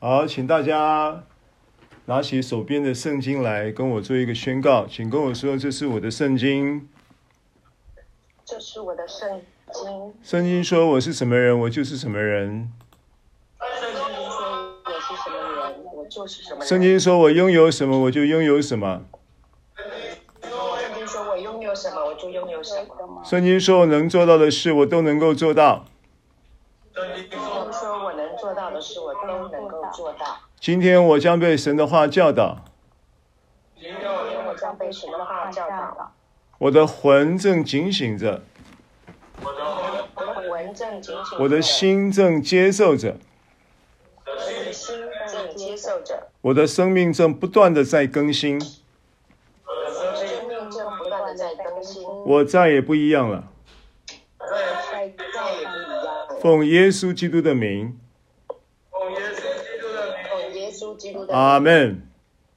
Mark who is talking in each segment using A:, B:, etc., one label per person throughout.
A: 好，请大家拿起手边的圣经来跟我做一个宣告，请跟我说，这是我的圣经。
B: 这是我的圣经。
A: 圣经说我是什么人，我就是什么人。
B: 圣经说我是什么人，我就是什么人。
A: 圣经说我拥有什么，我就拥有什么。
B: 圣经说我拥有什么，我就拥有什么。
A: 圣经说我能做到的事，我都能够做到。
B: 圣经说我能做到的事，我都能够做到。
A: 今天我将被神的话教导。
B: 今天我将被神的话教导。
A: 我的魂正警醒着，
B: 我的魂正警醒着，
A: 我的心正接受着，
B: 我的心正接受着，
A: 我的生命正不断的在更新，
B: 我的生命正不断的在更新。
A: 我再也不一样了。
B: 再也不一样了。
A: 奉耶稣基督的名，
B: 奉耶稣基督的名。
A: 阿们。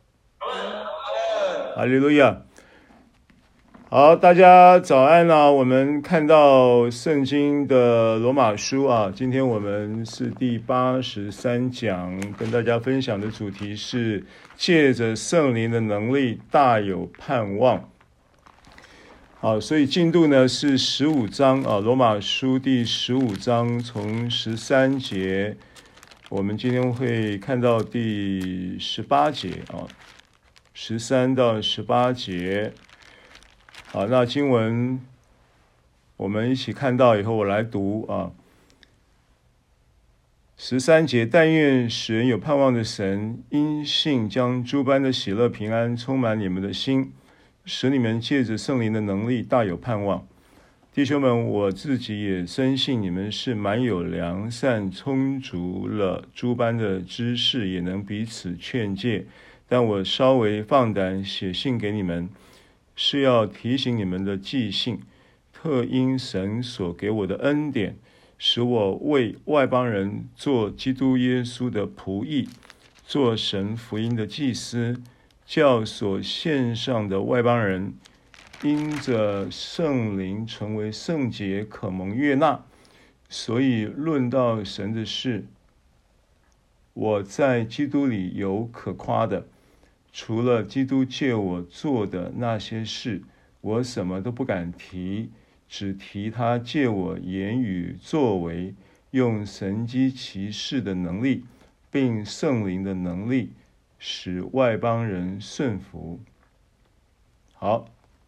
A: 哈利路亚。好，大家早安啊！我们看到圣经的罗马书啊，今天我们是第83讲，跟大家分享的主题是借着圣灵的能力大有盼望。好，所以进度呢是15章啊，罗马书第15章从13节，我们今天会看到第18节啊，13到18节。好，那经文我们一起看到以后，我来读啊。13节，但愿使人有盼望的神，因信将诸般的喜乐平安充满你们的心，使你们借着圣灵的能力大有盼望。弟兄们，我自己也深信你们是满有良善，充足了诸般的知识，也能彼此劝诫。但我稍微放胆写信给你们，是要提醒你们的记性，特因神所给我的恩典，使我为外邦人做基督耶稣的仆役，做神福音的祭司，叫所献上的外邦人因着圣灵成为圣洁，可蒙悦纳。所以论到神的事，我在基督里有可夸的，除了基督借我做的那些事，我什么都不敢提，只提他借我言语作为，用神机骑士的能力，并圣灵的能力，使外邦人顺服。好，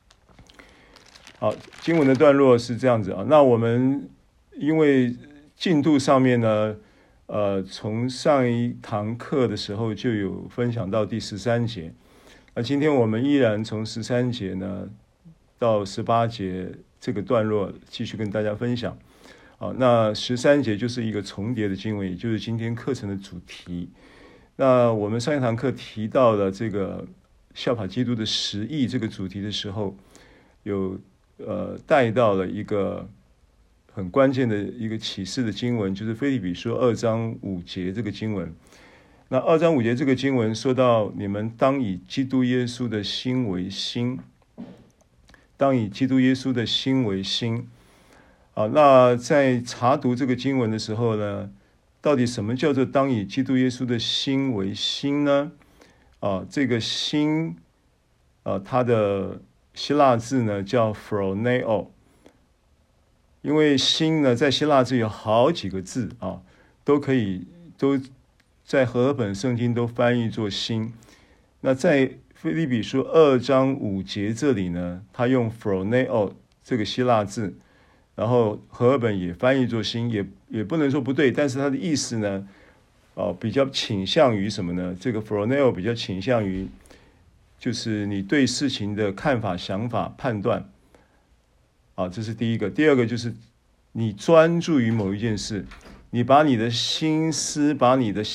A: 经文的段落是这样子啊。那我们因为进度上面呢，从上一堂课的时候就有分享到第13节，今天我们依然从13节呢到18节这个段落继续跟大家分享。那13节就是一个重叠的经文，也就是今天课程的主题。那我们上一堂课提到了这个效法基督的实义这个主题的时候，有带到了一个很关键的一个启示的经文，就是腓立比书2章5节这个经文。那2章5节这个经文说到，你们当以基督耶稣的心为心，当以基督耶稣的心为心。那在查读这个经文的时候呢，到底什么叫做当以基督耶稣的心为心呢？这个心，它的希腊字呢叫 phroneo， 因为心呢在希腊字有好几个字啊，都在和合本圣经都翻译作心。那在腓立比书2章5节这里呢，他用 phroneo 这个希腊字，然后和合本也翻译作心，也不能说不对，但是它的意思呢，比较倾向于什么呢？这个 phroneo 比较倾向于就是你对事情的看法、想法、判断，这是第一个。第二个就是你专注于某一件事，你把你的心思、把你的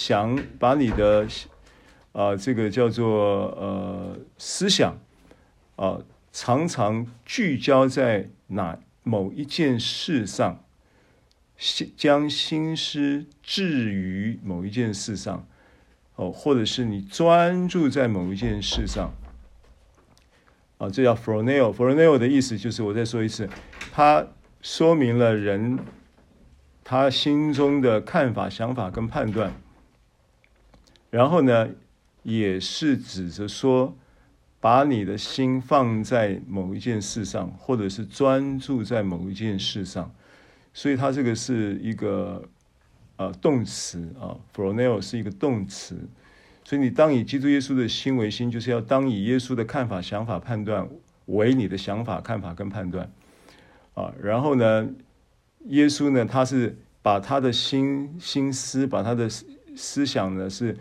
A: 这个叫做思想常常聚焦在某一件事上，将心思置于某一件事上，或者是你专注在某一件事上，这叫 phroneo。phroneo 的意思就是，我再说一次，它说明了人他心中的看法、想法跟判断。 然后呢，也是指着说，把你的心放在某一件事上，或者是专注在某一件事上。所以它这个是一个动词啊 ，phroneo 是一个动词。所以你当以基督耶稣的心为心，就是要当以耶稣的看法、想法、判断为你的想法、看法跟判断啊。然后呢，耶稣呢，他是把他的心思，把他的思想呢，是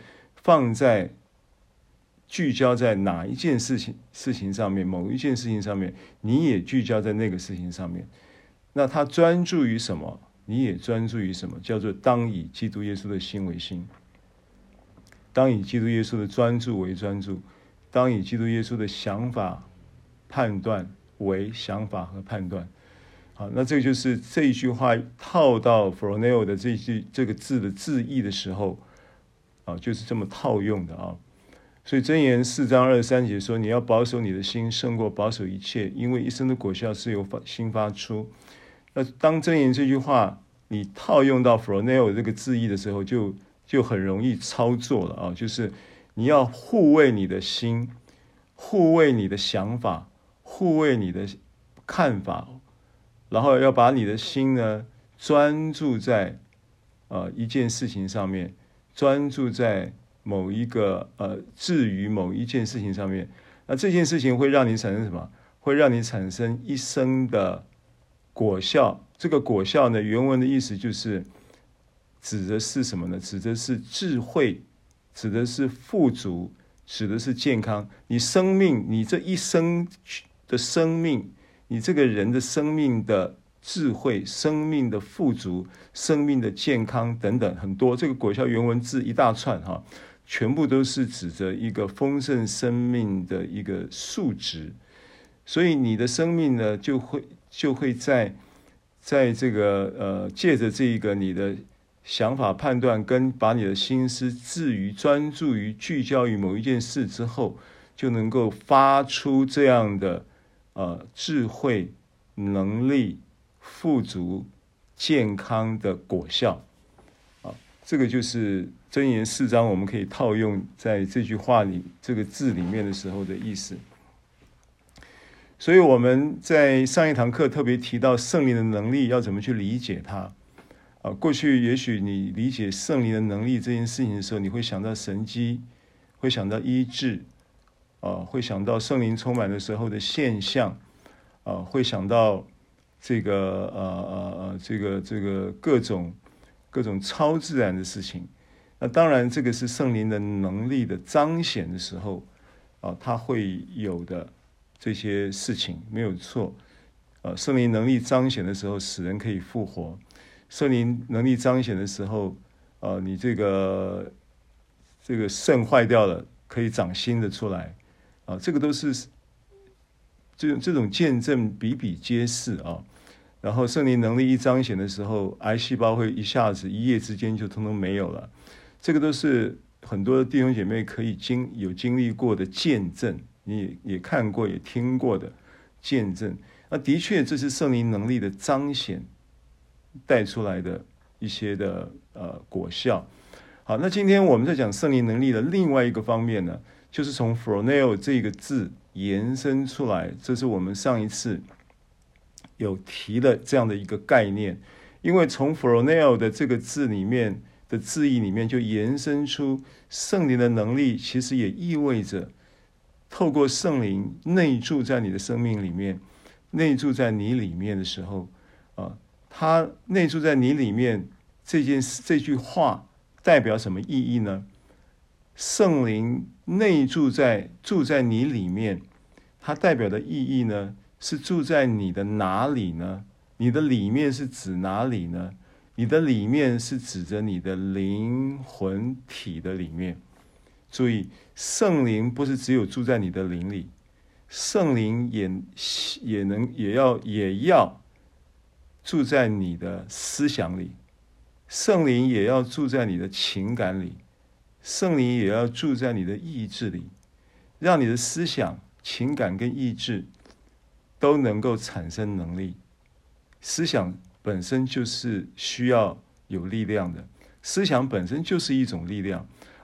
A: 聚焦在哪一件事情上面，某一件事情上面，你也聚焦在那个事情上面。那他专注于什么，你也专注于什么，叫做当以基督耶稣的心为心。当以基督耶稣的专注为专注，当以基督耶稣的想法、判断为想法和判断。好，那这就是这一句话套到 phroneo 的这个字的字义的时候，就是这么套用的啊。所以箴言4章23节说：“你要保守你的心，胜过保守一切，因为一生的果效是由心发出。”那当箴言这句话你套用到 phroneo 这个字义的时候，就很容易操作了啊，就是你要护卫你的心，护卫你的想法，护卫你的看法，然后要把你的心呢专注在一件事情上面，专注在某一个至于某一件事情上面。那这件事情会让你产生什么？会让你产生一生的果效。这个果效呢，原文的意思就是指的是什么呢？指的是智慧，指的是富足，指的是健康。你生命，你这一生的生命，你这个人的生命的智慧、生命的富足、生命的健康等等很多，这个果效原文字一大串哈，全部都是指着一个丰盛生命的一个数值。所以你的生命呢，就会在这个借着这个你的想法判断跟把你的心思置于专注于聚焦于某一件事之后，就能够发出这样的智慧、能力、富足、健康的果效这个就是箴言4章我们可以套用在这句话里这个字里面的时候的意思。所以我们在上一堂课特别提到圣灵的能力要怎么去理解它过去也许你理解圣灵的能力这件事情的时候，你会想到神迹，会想到医治会想到圣灵充满的时候的现象会想到这个各种超自然的事情。那当然这个是圣灵的能力的彰显的时候它会有的这些事情没有错。圣灵能力彰显的时候，死人可以复活；圣灵能力彰显的时候，你这个肾坏掉了，可以长新的出来这个都是这种见证比比皆是然后圣灵能力一彰显的时候，癌细胞会一下子一夜之间就通通没有了。这个都是很多弟兄姐妹可以有经历过的见证，你也看过也听过的见证。那的确这是圣灵能力的彰显带出来的一些的果效。好，那今天我们在讲圣灵能力的另外一个方面呢，就是从 phroneo 这个字延伸出来，这是我们上一次有提的这样的一个概念。因为从 phroneo 的这个字里面的字义里面就延伸出圣灵的能力，其实也意味着透过圣灵内住在你的生命里面，内住在你里面的时候他内住在你里面这句话代表什么意义呢？圣灵内住在你里面，它代表的意义呢，是住在你的哪里呢？你的里面是指哪里呢？你的里面是指着你的灵魂体的里面。注意，圣灵不是只有住在你的灵里，圣灵也要住在你的思想里，圣灵也要住在你的情感里，圣灵也要住在你的意志里，让你的思想、情感跟意志都能够产生能力。思想本身就是需要有力量的，思想本身就是一种力量，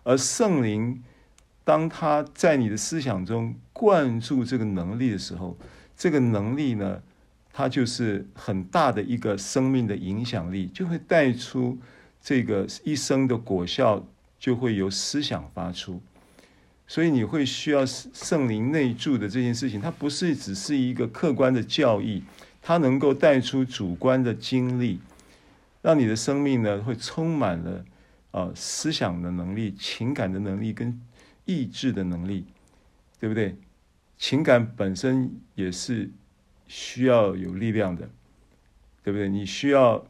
A: 而圣灵当他在你的思想中灌注这个能力的时候，这个能力呢，它就是很大的一个生命的影响力，就会带出这个一生的果效，就会由思想发出。所以你会需要圣灵内住的这件事情，它不是只是一个客观的教义，它能够带出主观的经历，让你的生命呢会充满了思想的能力、情感的能力跟意志的能力，对不对？情感本身也是需要有力量的，对不对？你需要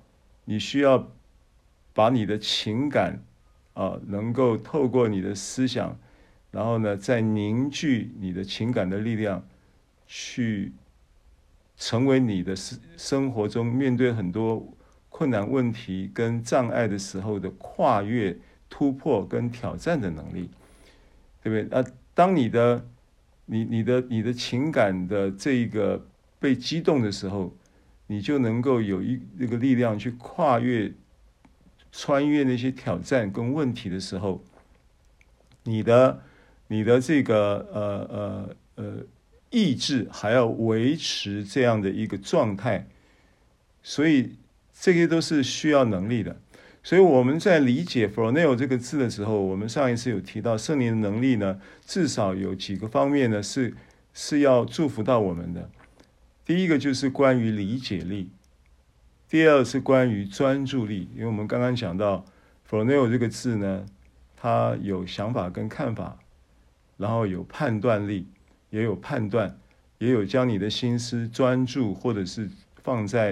A: 把你的情感能够透过你的思想，然后呢再凝聚你的情感的力量，去成为你的生活中面对很多困难问题跟障碍的时候的跨越、突破跟挑战的能力，对不对？当你的情感的这个被激动的时候，你就能够有那个力量去穿越那些挑战跟问题的时候，你的这个意志还要维持这样的一个状态，所以这些都是需要能力的。所以我们在理解 phroneo 这个字的时候，我们上一次有提到圣灵的能力呢，至少有几个方面呢是要祝福到我们的。第一个就是关于理解力，第二是关于专注力，因为我们刚刚讲到 phroneo 这个字呢，它有想法跟看法，然后有判断力，也有判断，也有将你的心思专注或者是放在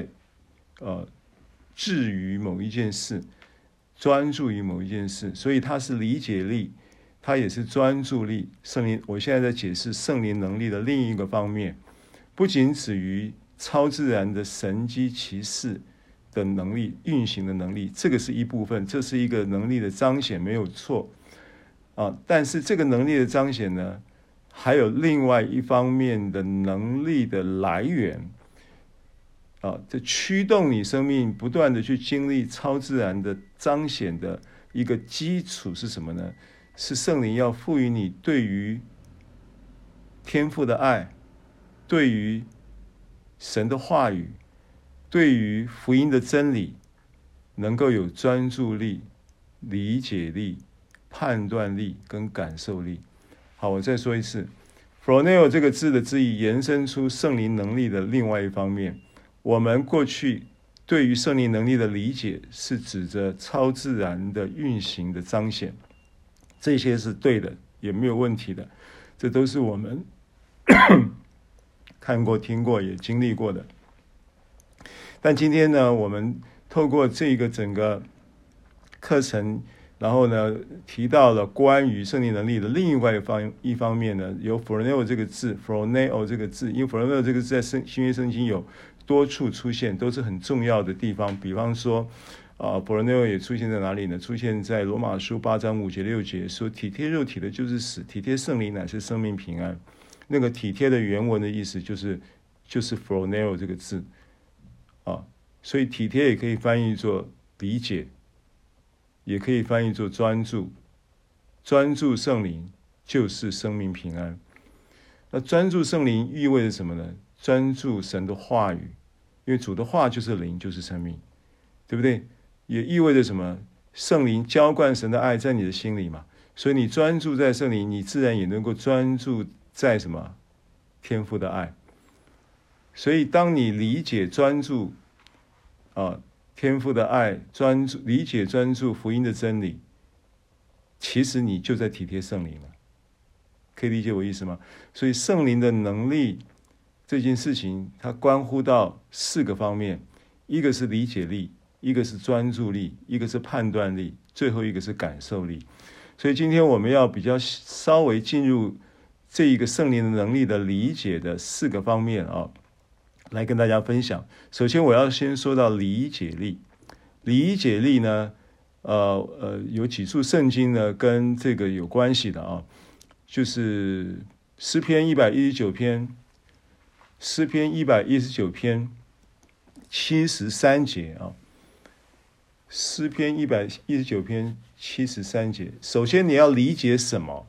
A: 置于某一件事，专注于某一件事，所以它是理解力，它也是专注力。圣灵，我现在在解释圣灵能力的另一个方面，不仅止于超自然的神迹奇事的能力、运行的能力，这个是一部分，这是一个能力的彰显，没有错但是这个能力的彰显呢，还有另外一方面的能力的来源这驱动你生命不断的去经历超自然的彰显的一个基础是什么呢？是圣灵要赋予你对于天父的爱，对于神的话语，对于福音的真理，能够有专注力、理解力、判断力跟感受力。好，我再说一次 phroneo 这个字的字义延伸出圣灵能力的另外一方面。我们过去对于圣灵能力的理解是指着超自然的运行的彰显，这些是对的，也没有问题的，这都是我们看过、听过、也经历过的。但今天呢，我们透过这个整个课程，然后呢提到了关于圣灵能力的另外一方面呢，有 phroneo 这个字，因为 phroneo 这个字在新约圣经有多处出现，都是很重要的地方。比方说phroneo 也出现在哪里呢？出现在罗马书8章5节6节，说体贴肉体的就是死，体贴圣灵乃是生命平安。那个体贴的原文的意思就是 phroneo 这个字所以体贴也可以翻译作理解，也可以翻译作专注。专注圣灵就是生命平安。那专注圣灵意味着什么呢？专注神的话语，因为主的话就是灵，就是生命，对不对？也意味着什么？圣灵浇灌神的爱在你的心里嘛，所以你专注在圣灵，你自然也能够专注在什么？天父的爱。所以当你理解专注天父的爱，专注理解专注福音的真理，其实你就在体贴圣灵了。可以理解我意思吗？所以圣灵的能力这件事情，它关乎到4个方面，一个是理解力，一个是专注力，一个是判断力，最后一个是感受力。所以今天我们要比较稍微进入这一个圣灵的能力的理解的4个方面来跟大家分享。首先我要先说到理解力。理解力呢有几处圣经呢跟这个有关系的就是诗篇119篇73节诗篇119篇 73节。首先你要理解什么？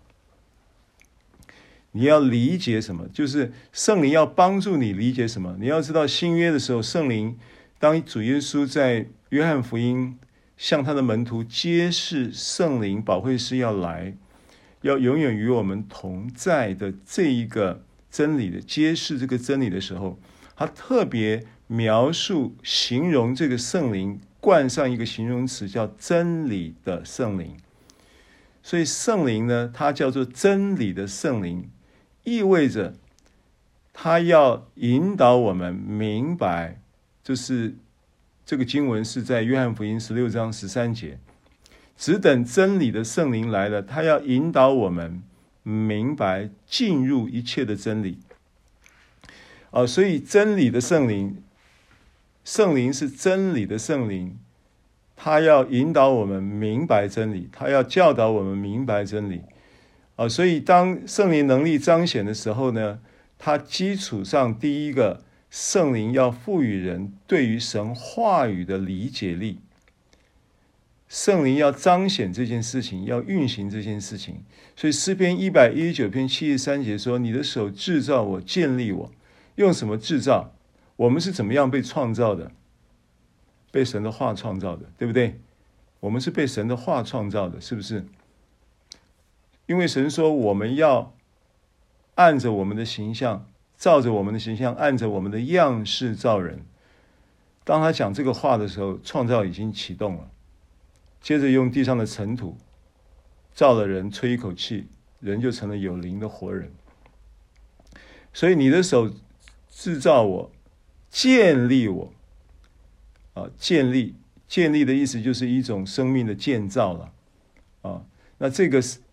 A: 你要理解什么？就是圣灵要帮助你理解什么。你要知道新约的时候，圣灵当主耶稣在约翰福音向他的门徒揭示圣灵保惠师要来，要永远与我们同在的这一个真理的揭示这个真理的时候，他特别描述形容这个圣灵，冠上一个形容词叫真理的圣灵。所以圣灵呢，它叫做真理的圣灵，意味着他要引导我们明白，就是这个经文是在约翰福音16章13节，只等真理的圣灵来了，他要引导我们明白进入一切的真理。所以真理的圣灵，圣灵是真理的圣灵，他要引导我们明白真理，他要教导我们明白真理。所以当圣灵能力彰显的时候呢，它基础上第一个，圣灵要赋予人对于神话语的理解力，圣灵要彰显这件事情，要运行这件事情。所以诗篇119篇73节说，你的手制造我，建立我。用什么制造？我们是怎么样被创造的？被神的话创造的，对不对？我们是被神的话创造的，是不是？因为神说我们要按着我们的形象，照着我们的形象，按着我们的样式造人。当他讲这个话的时候，创造已经启动了。接着用地上的尘土造了人，吹一口气，人就成了有灵的活人。所以你的手制造我，建立我。建立的意思就是一种生命的建造了。那这个是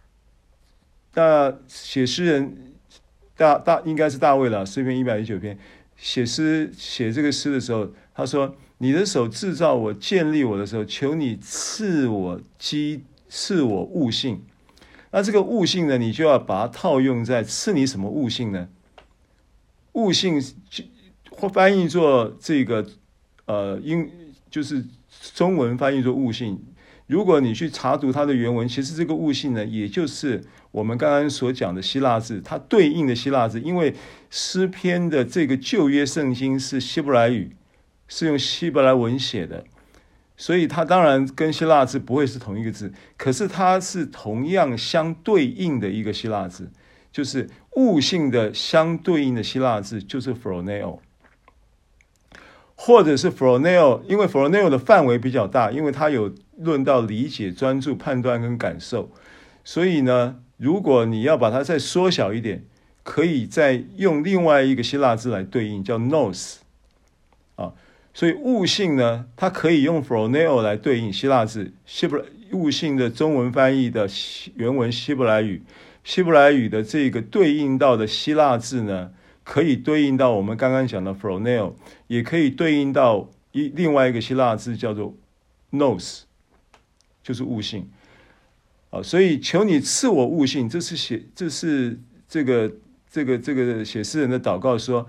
A: 写诗人应该是大卫了，诗篇119篇写这个诗的时候，他说你的手制造我，建立我的时候，求你赐我悟性。那这个悟性呢，你就要把它套用在赐你什么悟性呢？悟性翻译作这个就是中文翻译作悟性。如果你去查读它的原文，其实这个悟性呢，也就是我们刚刚所讲的希腊字，它对应的希腊字。因为诗篇的这个旧约圣经是希伯来语，是用希伯来文写的，所以它当然跟希腊字不会是同一个字，可是它是同样相对应的一个希腊字，就是悟性的相对应的希腊字就是 phroneo， 或者是 phroneo， 因为 phroneo 的范围比较大，因为它有论到理解、专注、判断跟感受，所以呢，如果你要把它再缩小一点，可以再用另外一个希腊字来对应，叫 nous。所以悟性呢，它可以用 phroneo 来对应希腊字。悟性的中文翻译的原文希伯来语的这个对应到的希腊字呢，可以对应到我们刚刚讲的 phroneo， 也可以对应到另外一个希腊字叫做 nous， 就是悟性。所以求你赐我悟性，这是这个写诗人的祷告，说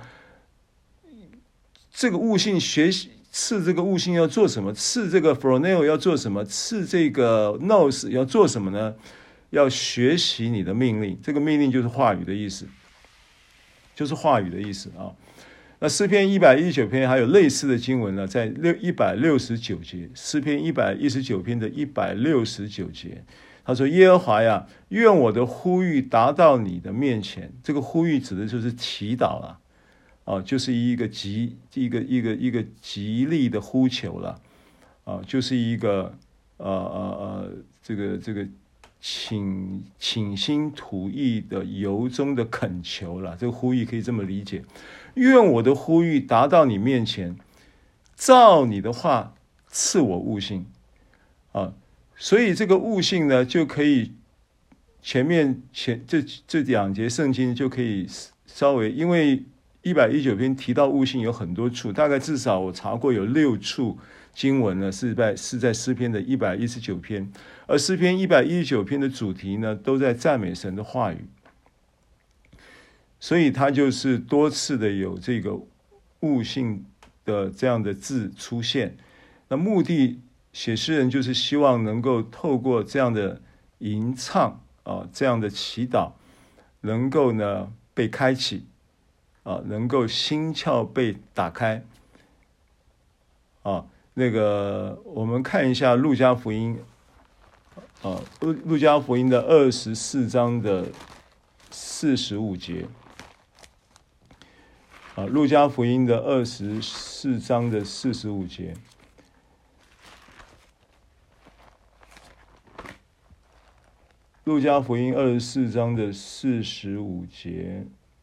A: 这个悟性赐这个悟性要做什么？赐这个 phroneo 要做什么？赐这个 nous 要做什么呢？要学习你的命令，这个命令就是话语的意思，就是话语的意思啊。那诗篇119篇还有类似的经文呢，在169节，诗篇119篇的169节，他说：“耶和华呀，愿我的呼吁达到你的面前。”这个呼吁指的就是祈祷了。就是一个吉利的呼求了，就是一个这个倾心吐意的由衷的恳求了。这个呼吁可以这么理解：愿我的呼吁达到你面前，照你的话赐我悟性所以这个悟性呢，就可以前这两节圣经就可以稍微，因为119篇提到悟性有很多处，大概至少我查过有6处经文呢是在诗篇的119篇，而诗篇119篇的主题呢都在赞美神的话语，所以它就是多次的有这个悟性的这样的字出现。那目的写诗人就是希望能够透过这样的吟唱这样的祈祷，能够呢被开启能够心窍被打开那个我们看一下路加福音路加福音的24章的45节路加福音的24章的45节。路加福音24章的45节，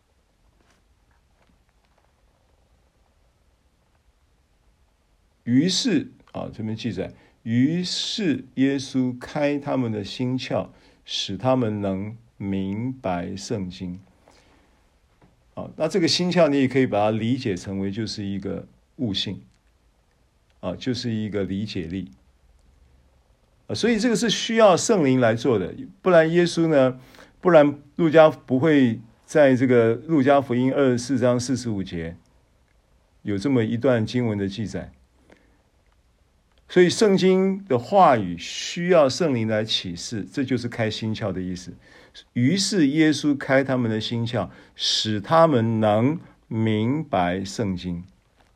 A: 于是这边记载，于是耶稣开他们的心窍，使他们能明白圣经。那这个心窍你也可以把它理解成为就是一个悟性就是一个理解力所以这个是需要圣灵来做的，不然耶稣呢，不然路加不会在这个路加福音24章45节有这么一段经文的记载。所以圣经的话语需要圣灵来启示，这就是开心窍的意思。于是耶稣开他们的心窍，使他们能明白圣经。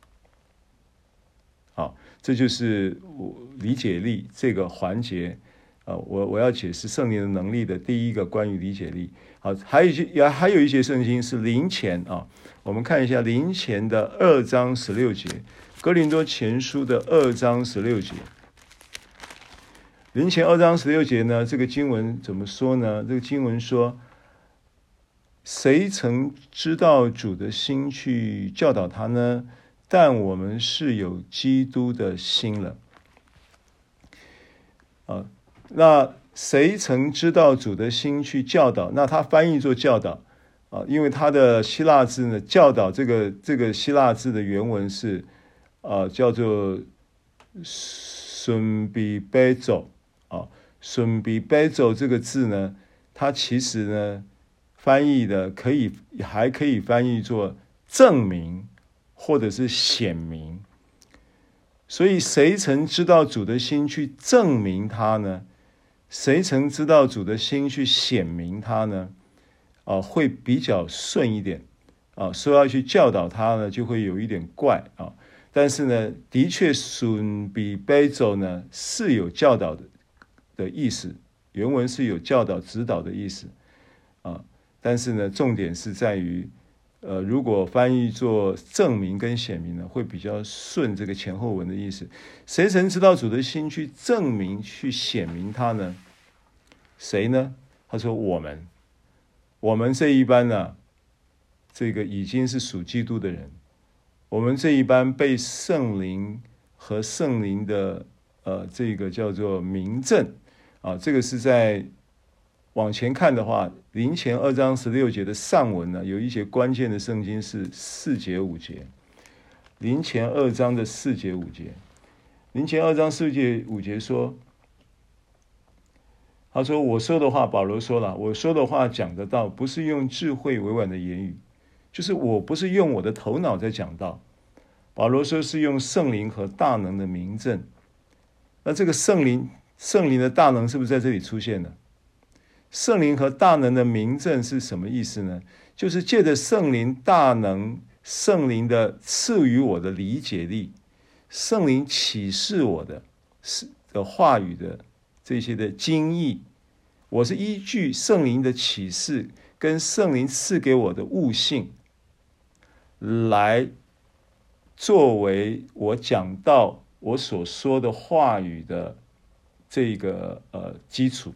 A: 好，这就是理解力这个环节我要解释圣灵的能力的第一个关于理解力。好，还有一些圣经是灵前我们看一下灵前的2章16节，哥林多前书的2章16节。灵前2章16节呢，这个经文怎么说呢？这个经文说，谁曾知道主的心去教导他呢？但我们是有基督的心了那谁曾知道主的心去教导？那他翻译作教导因为他的希腊字呢，教导这个希腊字的原文是叫做 sunbibezo sunbibezo 这个字呢，它其实呢翻译的还可以翻译作证明或者是显明。所以谁曾知道主的心去证明他呢？谁曾知道主的心去显明他呢？会比较顺一点说要去教导他呢，就会有一点怪但是呢，的确sunbibezo呢是有教导的意思，原文是有教导指导的意思但是呢，重点是在于如果翻译作证明跟显明呢，会比较顺这个前后文的意思。谁曾知道主的心去证明去显明他呢？谁呢？他说我们这一班呢这个已经是属基督的人，我们这一班被圣灵和圣灵的这个叫做明证这个是在往前看的话，灵前2章16节的上文呢，有一些关键的圣经是4节5节。灵前2章的4节5节，灵前2章4节5节说，他说我说的话，保罗说了，我说的话讲得到，不是用智慧委婉的言语，就是我不是用我的头脑在讲道。保罗说是用圣灵和大能的明证。那这个圣灵的大能是不是在这里出现了？圣灵和大能的明证是什么意思呢？就是借着圣灵大能，圣灵的赐予我的理解力，圣灵启示我的话语的这些的经义，我是依据圣灵的启示跟圣灵赐给我的悟性来作为我讲到我所说的话语的这个基础。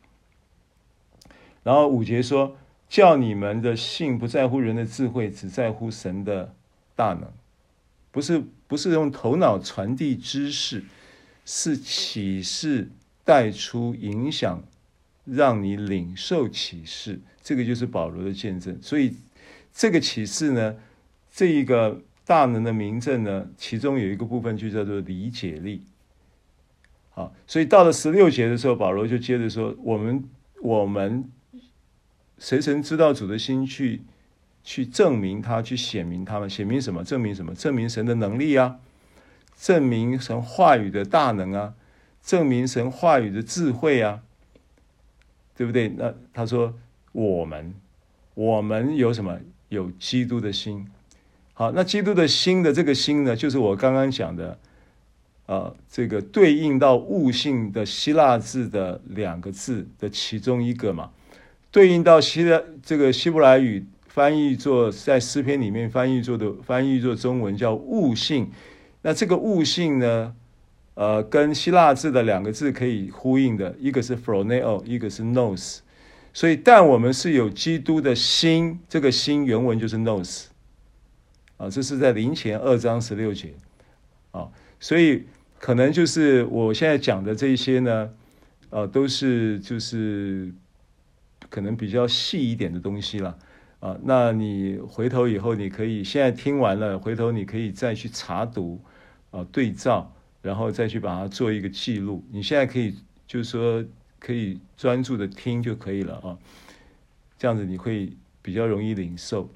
A: 然后5节说，叫你们的信不在乎人的智慧，只在乎神的大能。不是用头脑传递知识，是启示带出影响，让你领受启示。这个就是保罗的见证。所以这个启示呢，这一个大能的明证呢，其中有一个部分就叫做理解力。好，所以到了16节的时候，保罗就接着说，我们谁曾知道主的心去证明他，去显明他们？显明什么？证明什么？证明神的能力啊，证明神话语的大能啊， 证明神话语的智慧啊，对不对？那他说我们有什么？有基督的心。好，那基督的心的这个心呢，就是我刚刚讲的这个对应到悟性的希腊字的2个字的其中一个嘛，对应到这个希伯来语翻译作在诗篇里面翻译作中文叫悟性。那这个悟性呢，跟希腊字的2个字可以呼应的，一个是 phroneo， 一个是 nous。所以，但我们是有基督的心，这个心原文就是 nous。这是在林前2章16节。所以可能就是我现在讲的这一些呢，都是就是可能比较细一点的东西了。那你回头以后，你可以现在听完了，回头你可以再去查读，对照，然后再去把它做一个记录。你现在可以就是说可以专注的听就可以了啊，这样子你会比较容易领受。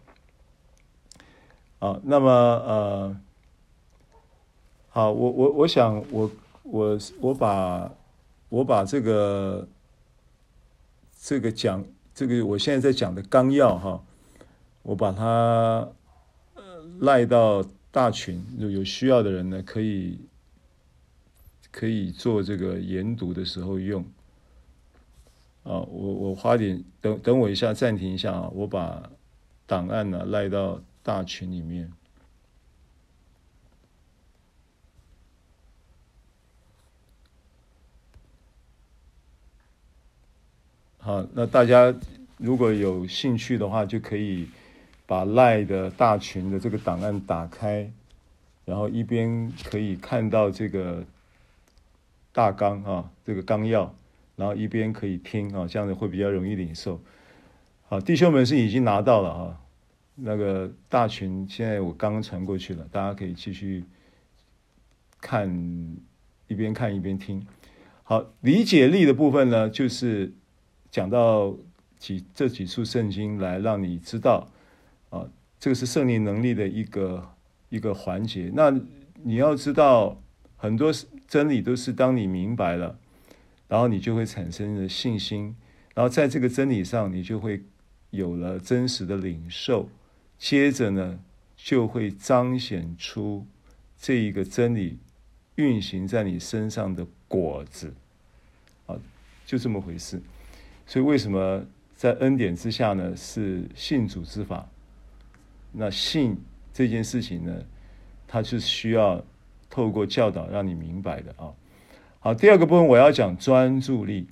A: 那么好，我想我把这个讲这个我现在在讲的纲要哈，我把它赖到大群，有需要的人呢可以做这个研读的时候用。我花点等我一下，暂停一下啊，我把档案呢赖到大群里面。好，那大家如果有兴趣的话，就可以把 LINE 的大群的这个档案打开，然后一边可以看到这个大纲啊，这个纲要，然后一边可以听啊，这样子会比较容易领受。好，弟兄们是已经拿到了啊，那个大群现在我刚刚传过去了，大家可以继续看，一边看一边听。好，理解力的部分呢，就是讲到这几处圣经来让你知道这个是圣灵能力的一个环节。那你要知道很多真理都是当你明白了，然后你就会产生了信心，然后在这个真理上你就会有了真实的领受，接着呢就会彰显出这一个真理运行在你身上的果子就这么回事。所以为什么在恩典之下呢是信主之法？那信这件事情呢，它是需要透过教导让你明白的啊。好，第二个部分我要讲专注力。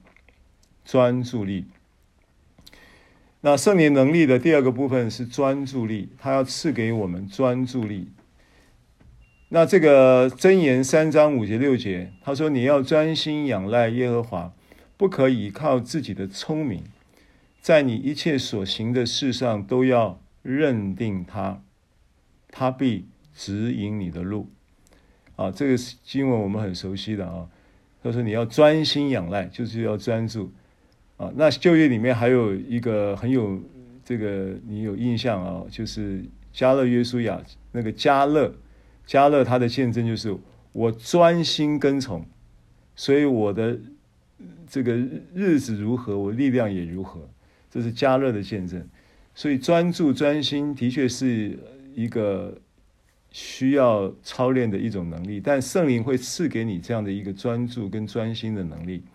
A: 那圣灵能力的第二个部分是专注力，它要赐给我们专注力。那这个箴言3章5节6节，他说你要专心仰赖耶和华，不可以靠自己的聪明，在你一切所行的事上都要认定他，他必指引你的路。这个经文我们很熟悉的啊。他说你要专心仰赖，就是要专注那旧约里面还有一个很有这个你有印象啊，就是加勒约书亚那个加勒他的见证就是我专心跟从，所以我的这个日子如何，我力量也如何，这是加勒的见证。所以专注专心的确是一个需要操练的一种能力，但圣灵会赐给你这样的一个专注跟专心的能力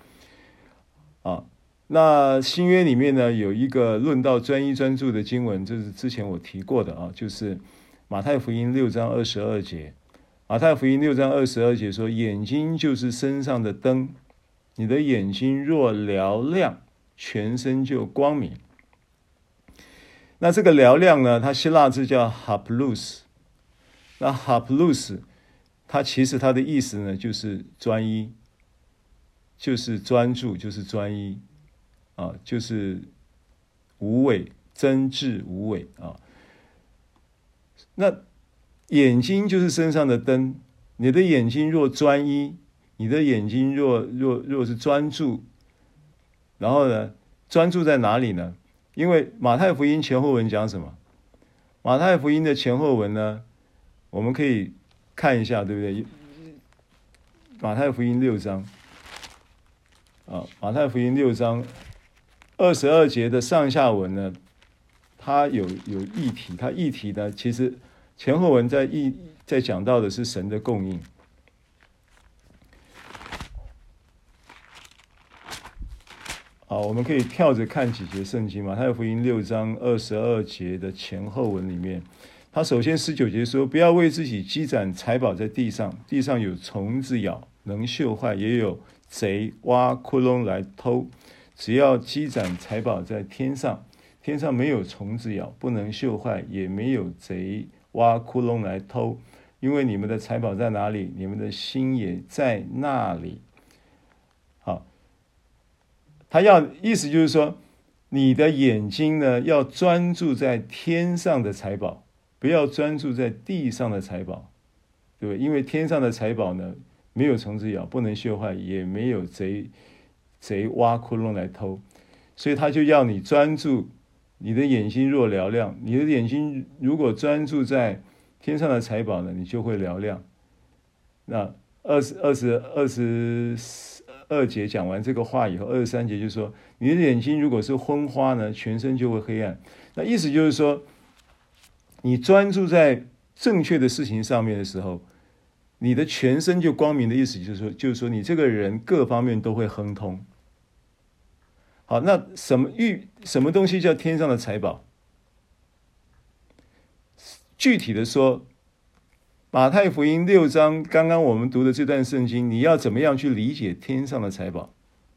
A: 那新约里面呢有一个论到专一专注的经文，这是之前我提过的就是马太福音6章22节。马太福音6章22节说，眼睛就是身上的灯，你的眼睛若嘹亮，全身就光明。那这个嘹亮呢，它希腊字叫 haplos。 那 haplos 它其实它的意思呢就是专一，就是专注，就是专一就是无伪，真挚无伪那眼睛就是身上的灯，你的眼睛若专一，你的眼睛若是专注，然后呢专注在哪里呢？因为马太福音前后文讲什么？马太福音的前后文呢我们可以看一下，对不对？马太福音6章， 马太福音6章22节的上下文呢，它有议题，它议题呢，其实前后文在讲到的是神的供应。好，我们可以跳着看几节圣经。马太福音6章22节的前后文里面，他首先19节说：“不要为自己积攒财宝在地上，地上有虫子咬，能锈坏；也有贼挖窟窿来偷。只要积攒财宝在天上，天上没有虫子咬，不能锈坏，也没有贼挖窟窿来偷。因为你们的财宝在哪里，你们的心也在那里。”好。他意思就是说，你的眼睛呢，要专注在天上的财宝，不要专注在地上的财宝，对不对？因为天上的财宝呢，没有虫子咬，不能锈坏，也没有贼挖窟窿来偷，所以他就要你专注，你的眼睛若嘹亮，你的眼睛如果专注在天上的财宝呢，你就会嘹亮。那22节讲完这个话以后，23节就说，你的眼睛如果是昏花呢，全身就会黑暗。那意思就是说，你专注在正确的事情上面的时候，你的全身就光明的意思就是说你这个人各方面都会亨通。好，那什么东西叫天上的财宝？具体的说，马太福音6章刚刚我们读的这段圣经，你要怎么样去理解天上的财宝？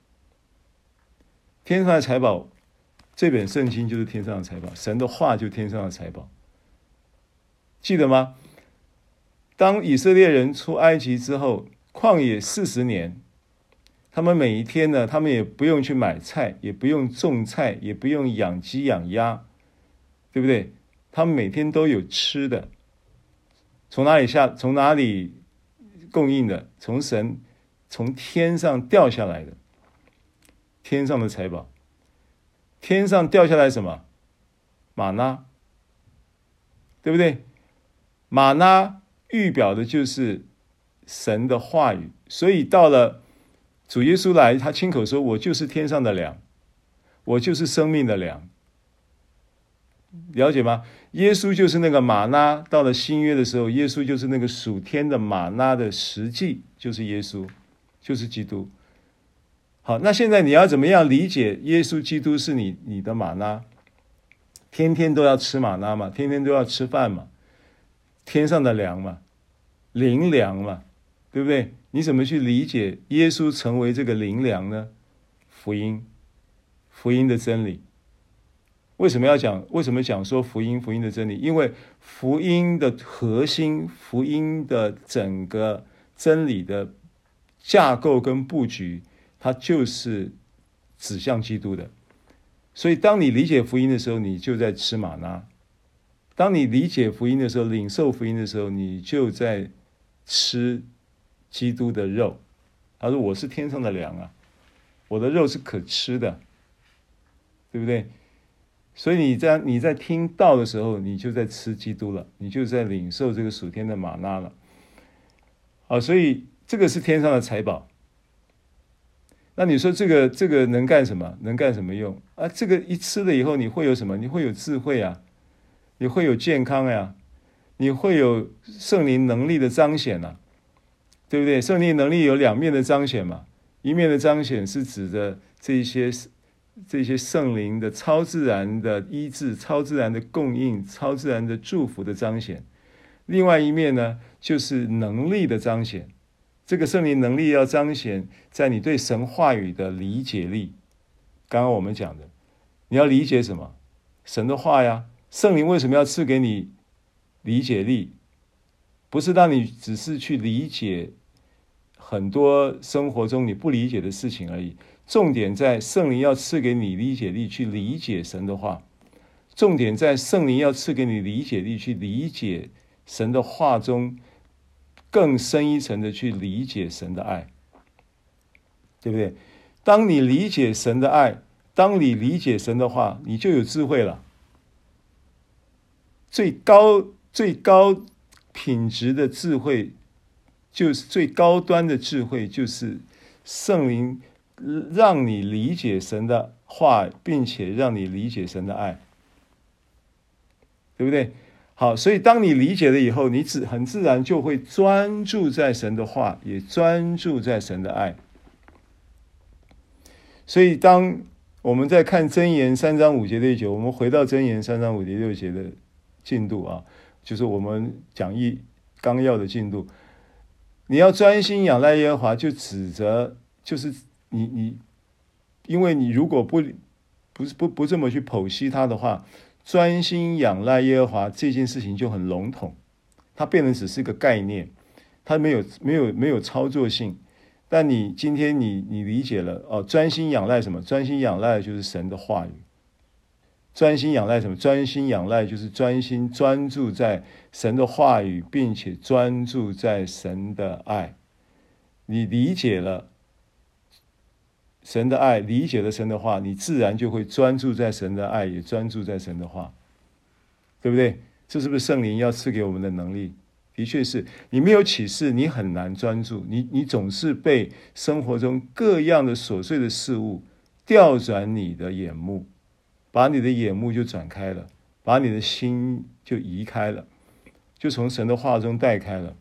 A: 天上的财宝，这本圣经就是天上的财宝，神的话就是天上的财宝。记得吗？当以色列人出埃及之后，旷野40年，他们每一天呢，他们也不用去买菜，也不用种菜，也不用养鸡养鸭，对不对？他们每天都有吃的。从哪里供应的？从天上掉下来的，天上的财宝。天上掉下来什么？玛纳，对不对？玛纳预表的就是神的话语，所以到了主耶稣来，他亲口说：“我就是天上的粮，我就是生命的粮。”了解吗？耶稣就是那个玛纳，到了新约的时候，耶稣就是那个属天的玛纳的实际，就是耶稣，就是基督。好，那现在你要怎么样理解耶稣基督是你的玛纳？天天都要吃玛纳嘛，天天都要吃饭嘛，天上的粮嘛，灵粮嘛，对不对？你怎么去理解耶稣成为这个灵粮呢？福音的真理。为什么讲说福音的真理？因为福音的核心，福音的整个真理的架构跟布局，它就是指向基督的。所以当你理解福音的时候，你就在吃玛纳；当你理解福音的时候，领受福音的时候，你就在吃基督的肉。他说：“我是天上的粮啊，我的肉是可吃的，对不对？”所以你在听道的时候，你就在吃基督了，你就在领受这个属天的玛纳了。好，所以这个是天上的财宝。那你说这个能干什么？能干什么用啊？这个一吃了以后，你会有什么？你会有智慧啊，你会有健康呀，你会有圣灵能力的彰显啊，对不对？圣灵能力有两面的彰显嘛，一面的彰显是指的这些圣灵的超自然的医治、超自然的供应、超自然的祝福的彰显。另外一面呢，就是能力的彰显。这个圣灵能力要彰显在你对神话语的理解力。刚刚我们讲的，你要理解什么？神的话呀。圣灵为什么要赐给你理解力？不是让你只是去理解很多生活中你不理解的事情而已。重点在圣灵要赐给你理解力去理解神的话，重点在圣灵要赐给你理解力去理解神的话中更深一层的去理解神的爱，对不对？当你理解神的爱，当你理解神的话，你就有智慧了。最高品质的智慧，就是最高端的智慧，就是圣灵让你理解神的话，并且让你理解神的爱，对不对？好，所以当你理解了以后，你很自然就会专注在神的话，也专注在神的爱。所以当我们在看箴言3章5节6节，我们回到箴言3章5节6节的进度啊，就是我们讲义纲要的进度。你要专心仰赖耶和华，就指着就是你，因为你如果不这么去剖析它的话，专心仰赖耶和华这件事情就很笼统，它变成只是个概念，它没有操作性。但你今天你理解了哦，专心仰赖什么？专心仰赖就是神的话语。专心仰赖什么？专心仰赖就是专注在神的话语，并且专注在神的爱。你理解了神的爱，理解了神的话，你自然就会专注在神的爱，也专注在神的话，对不对？这是不是圣灵要赐给我们的能力？的确是，你没有启示，你很难专注，你总是被生活中各样的琐碎的事物调转你的眼目，把你的眼目就转开了，把你的心就移开了，就从神的话中带开了。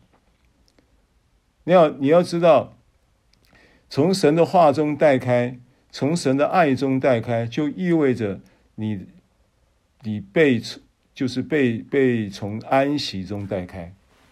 A: 你要知道，从神的话中带开，从神的爱中带开，就意味着你被从安息中带开。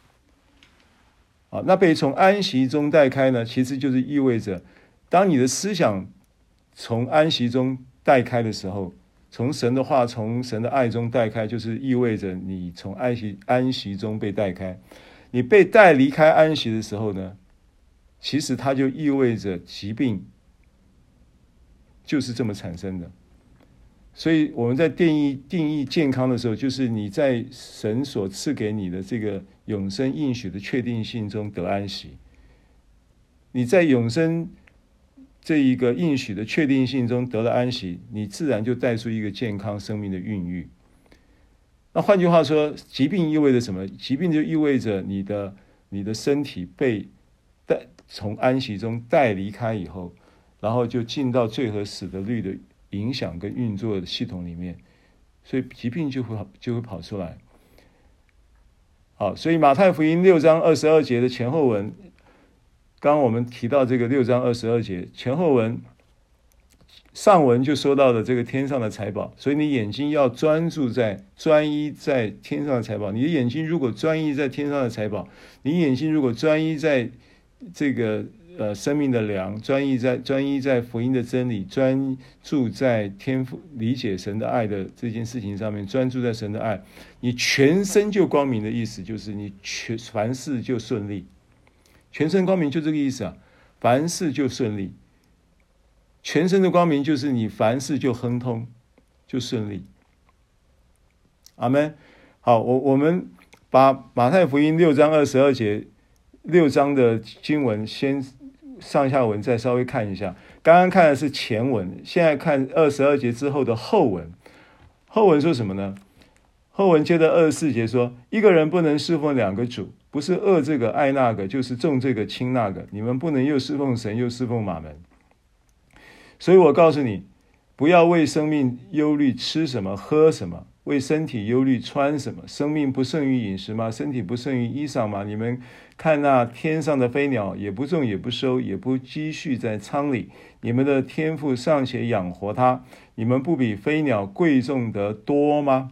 A: 那被从安息中带开呢，其实就是意味着，当你的思想从安息中带开的时候，从神的话、从神的爱中带开，就是意味着你从安息中被带开。你被带离开安息的时候呢，其实它就意味着疾病就是这么产生的。所以我们在定义健康的时候，就是你在神所赐给你的这个永生应许的确定性中得安息。你在永生这一个应许的确定性中得了安息，你自然就带出一个健康生命的孕育。那换句话说，疾病意味着什么？疾病就意味着你的身体被从安息中带离开以后，然后就进到罪和死的律的影响跟运作的系统里面，所以疾病就会跑出来。好，所以马太福音6章22节的前后文，刚刚我们提到这个6章22节前后文，上文就说到的这个天上的财宝，所以你眼睛要专一在天上的财宝。你的眼睛如果专一在天上的财宝，你眼睛如果专一在这个生命的粮，专一在福音的真理，专注在天父理解神的爱的这件事情上面，专注在神的爱，你全身就光明的意思就是你凡事就顺利。全身光明就这个意思啊，凡事就顺利。全身的光明就是你凡事就亨通，就顺利。阿们。好，我们把马太福音6章22节6章的经文先上下文再稍微看一下。刚刚看的是前文，现在看22节之后的后文。后文说什么呢？后文接着24节说，一个人不能侍奉两个主，不是恶这个爱那个，就是重这个轻那个。你们不能又侍奉神又侍奉马门。所以我告诉你，不要为生命忧虑吃什么喝什么，为身体忧虑穿什么。生命不胜于饮食吗？身体不胜于衣裳吗？你们看那天上的飞鸟，也不种也不收，也不积蓄在仓里，你们的天父尚且养活它，你们不比飞鸟贵重得多吗？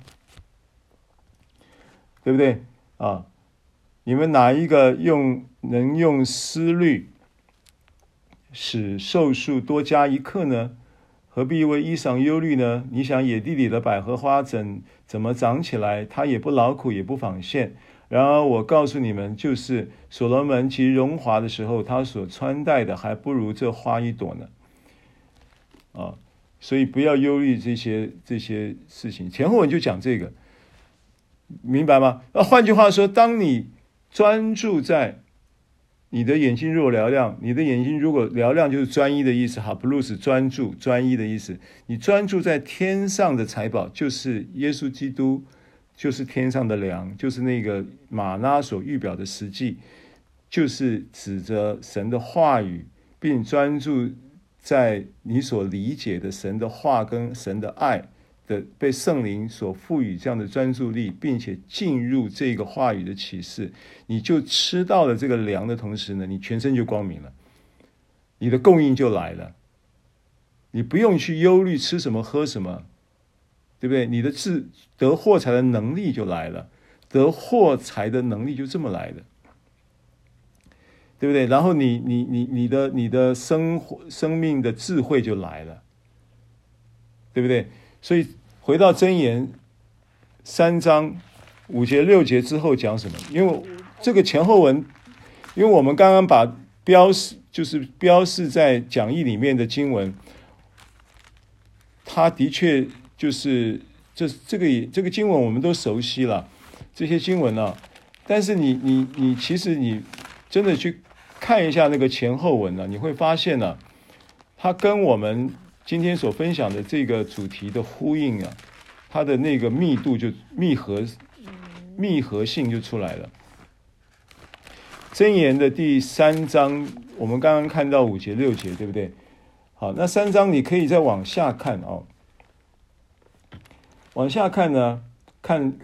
A: 对不对啊？你们哪一个能用思虑使寿数多加一刻呢？何必为衣裳忧虑呢？你想野地里的百合花怎么长起来？它也不劳苦，也不纺线。然而我告诉你们，就是所罗门其荣华的时候，他所穿戴的还不如这花一朵呢。所以不要忧虑这些事情。前后文就讲这个，明白吗？换句话说，当你专注在你的眼睛若嘹亮，你的眼睛如果嘹亮就是专一的意思，哈，布鲁斯专注专一的意思。你专注在天上的财宝，就是耶稣基督，就是天上的粮，就是那个玛纳所预表的实际，就是指着神的话语，并专注在你所理解的神的话跟神的爱的被圣灵所赋予这样的专注力，并且进入这个话语的启示，你就吃到了这个粮的同时呢，你全身就光明了，你的供应就来了，你不用去忧虑吃什么喝什么，对不对？你的得获财的能力就来了，得获财的能力就这么来的，对不对？然后你的生命的智慧就来了，对不对？所以回到箴言3章5节6节之后讲什么？因为这个前后文，因为我们刚刚把标示在讲义里面的经文，它的确就是这个经文我们都熟悉了，这些经文啊，但是你其实你真的去看一下那个前后文呢，你会发现呢，它跟我们今天所分享的这个主题的呼应啊，它的那个密度就密合性就出来了。箴言的第3章，我们刚刚看到5节6节，对不对？好，那3章你可以再往下看哦，往下看呢，看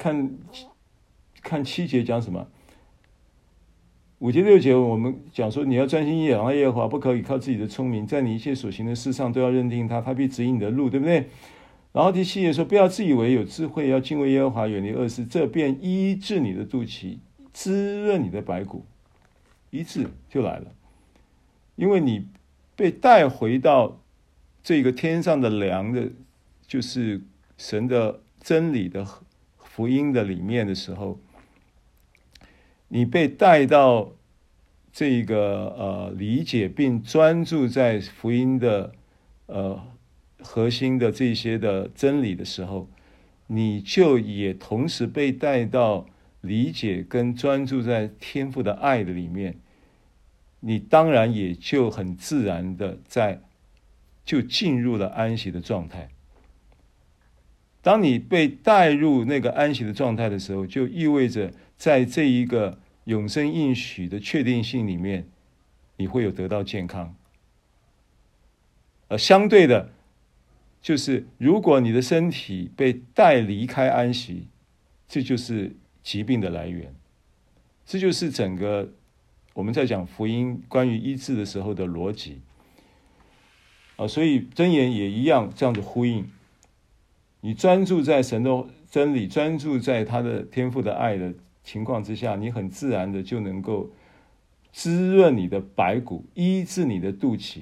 A: 7节讲什么？5节6节我们讲说，你要专心仰望耶和华，不可以靠自己的聪明，在你一切所行的事上都要认定他，他必指引你的路，对不对？然后第7节说，不要自以为有智慧，要敬畏耶和华，远离恶事，这便医治你的肚脐，滋润你的白骨，医治就来了。因为你被带回到这个天上的粮的，就是神的真理的福音的里面的时候，你被带到这个理解并专注在福音的核心的这些的真理的时候，你就也同时被带到理解跟专注在天父的爱的里面，你当然也就很自然的就进入了安息的状态。当你被带入那个安息的状态的时候，就意味着在这一个永生应许的确定性里面，你会有得到健康。相对的，就是如果你的身体被带离开安息，这就是疾病的来源。这就是整个我们在讲福音关于医治的时候的逻辑。所以箴言也一样这样的呼应。你专注在神的真理，专注在他的天父的爱的情况之下，你很自然的就能够滋润你的白骨，医治你的肚脐。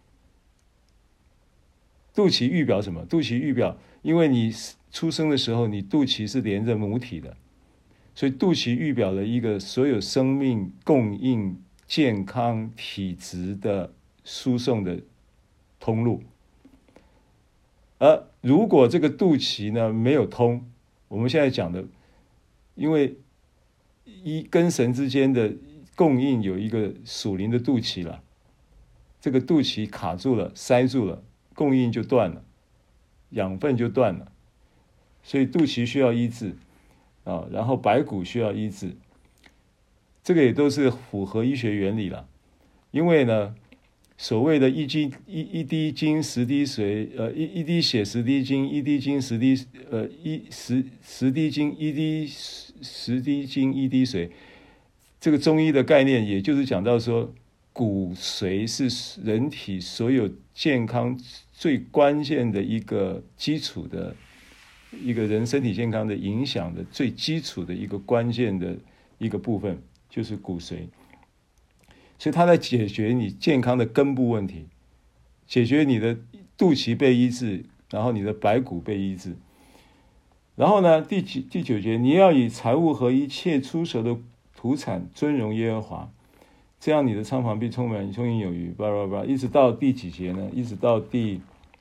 A: 肚脐预表什么？肚脐预表，因为你出生的时候，你肚脐是连着母体的，所以肚脐预表了一个所有生命供应、健康、体质的输送的通路。而如果这个肚脐呢没有通，我们现在讲的，因为跟神之间的供应有一个属灵的肚脐了，这个肚脐卡住了，塞住了，供应就断了，养分就断了，所以肚脐需要医治然后白骨需要医治，这个也都是符合医学原理了。因为呢，所谓的一滴精十滴水，一滴血十滴精，一滴精十滴十滴精，一滴十滴精一滴水，这个中医的概念，也就是讲到说，骨髓是人体所有健康最关键的一个基础的一个人身体健康的影响的最基础的一个关键的一个部分，就是骨髓。所以它在解决你健康的根部问题，解决你的肚脐被医治，然后你的白骨被医治。然后呢，第9节，你要以财物和一切出手的土产尊荣耶和华，这样你的仓房必充满，充盈有余，巴拉巴拉，一直到第几节呢？一直到第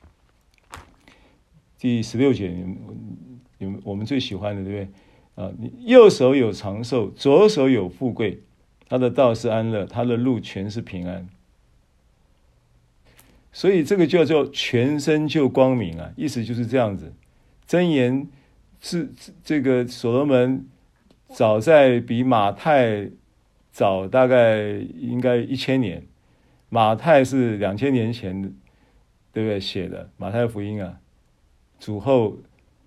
A: 16节，我们最喜欢的，对不对？你右手有长寿，左手有富贵，他的道是安乐，他的路全是平安。所以这个叫做全身就光明啊，意思就是这样子。箴言是这个所罗门早在比马太早大概应该1000年，马太是2000年前对不对？写的马太福音啊，主后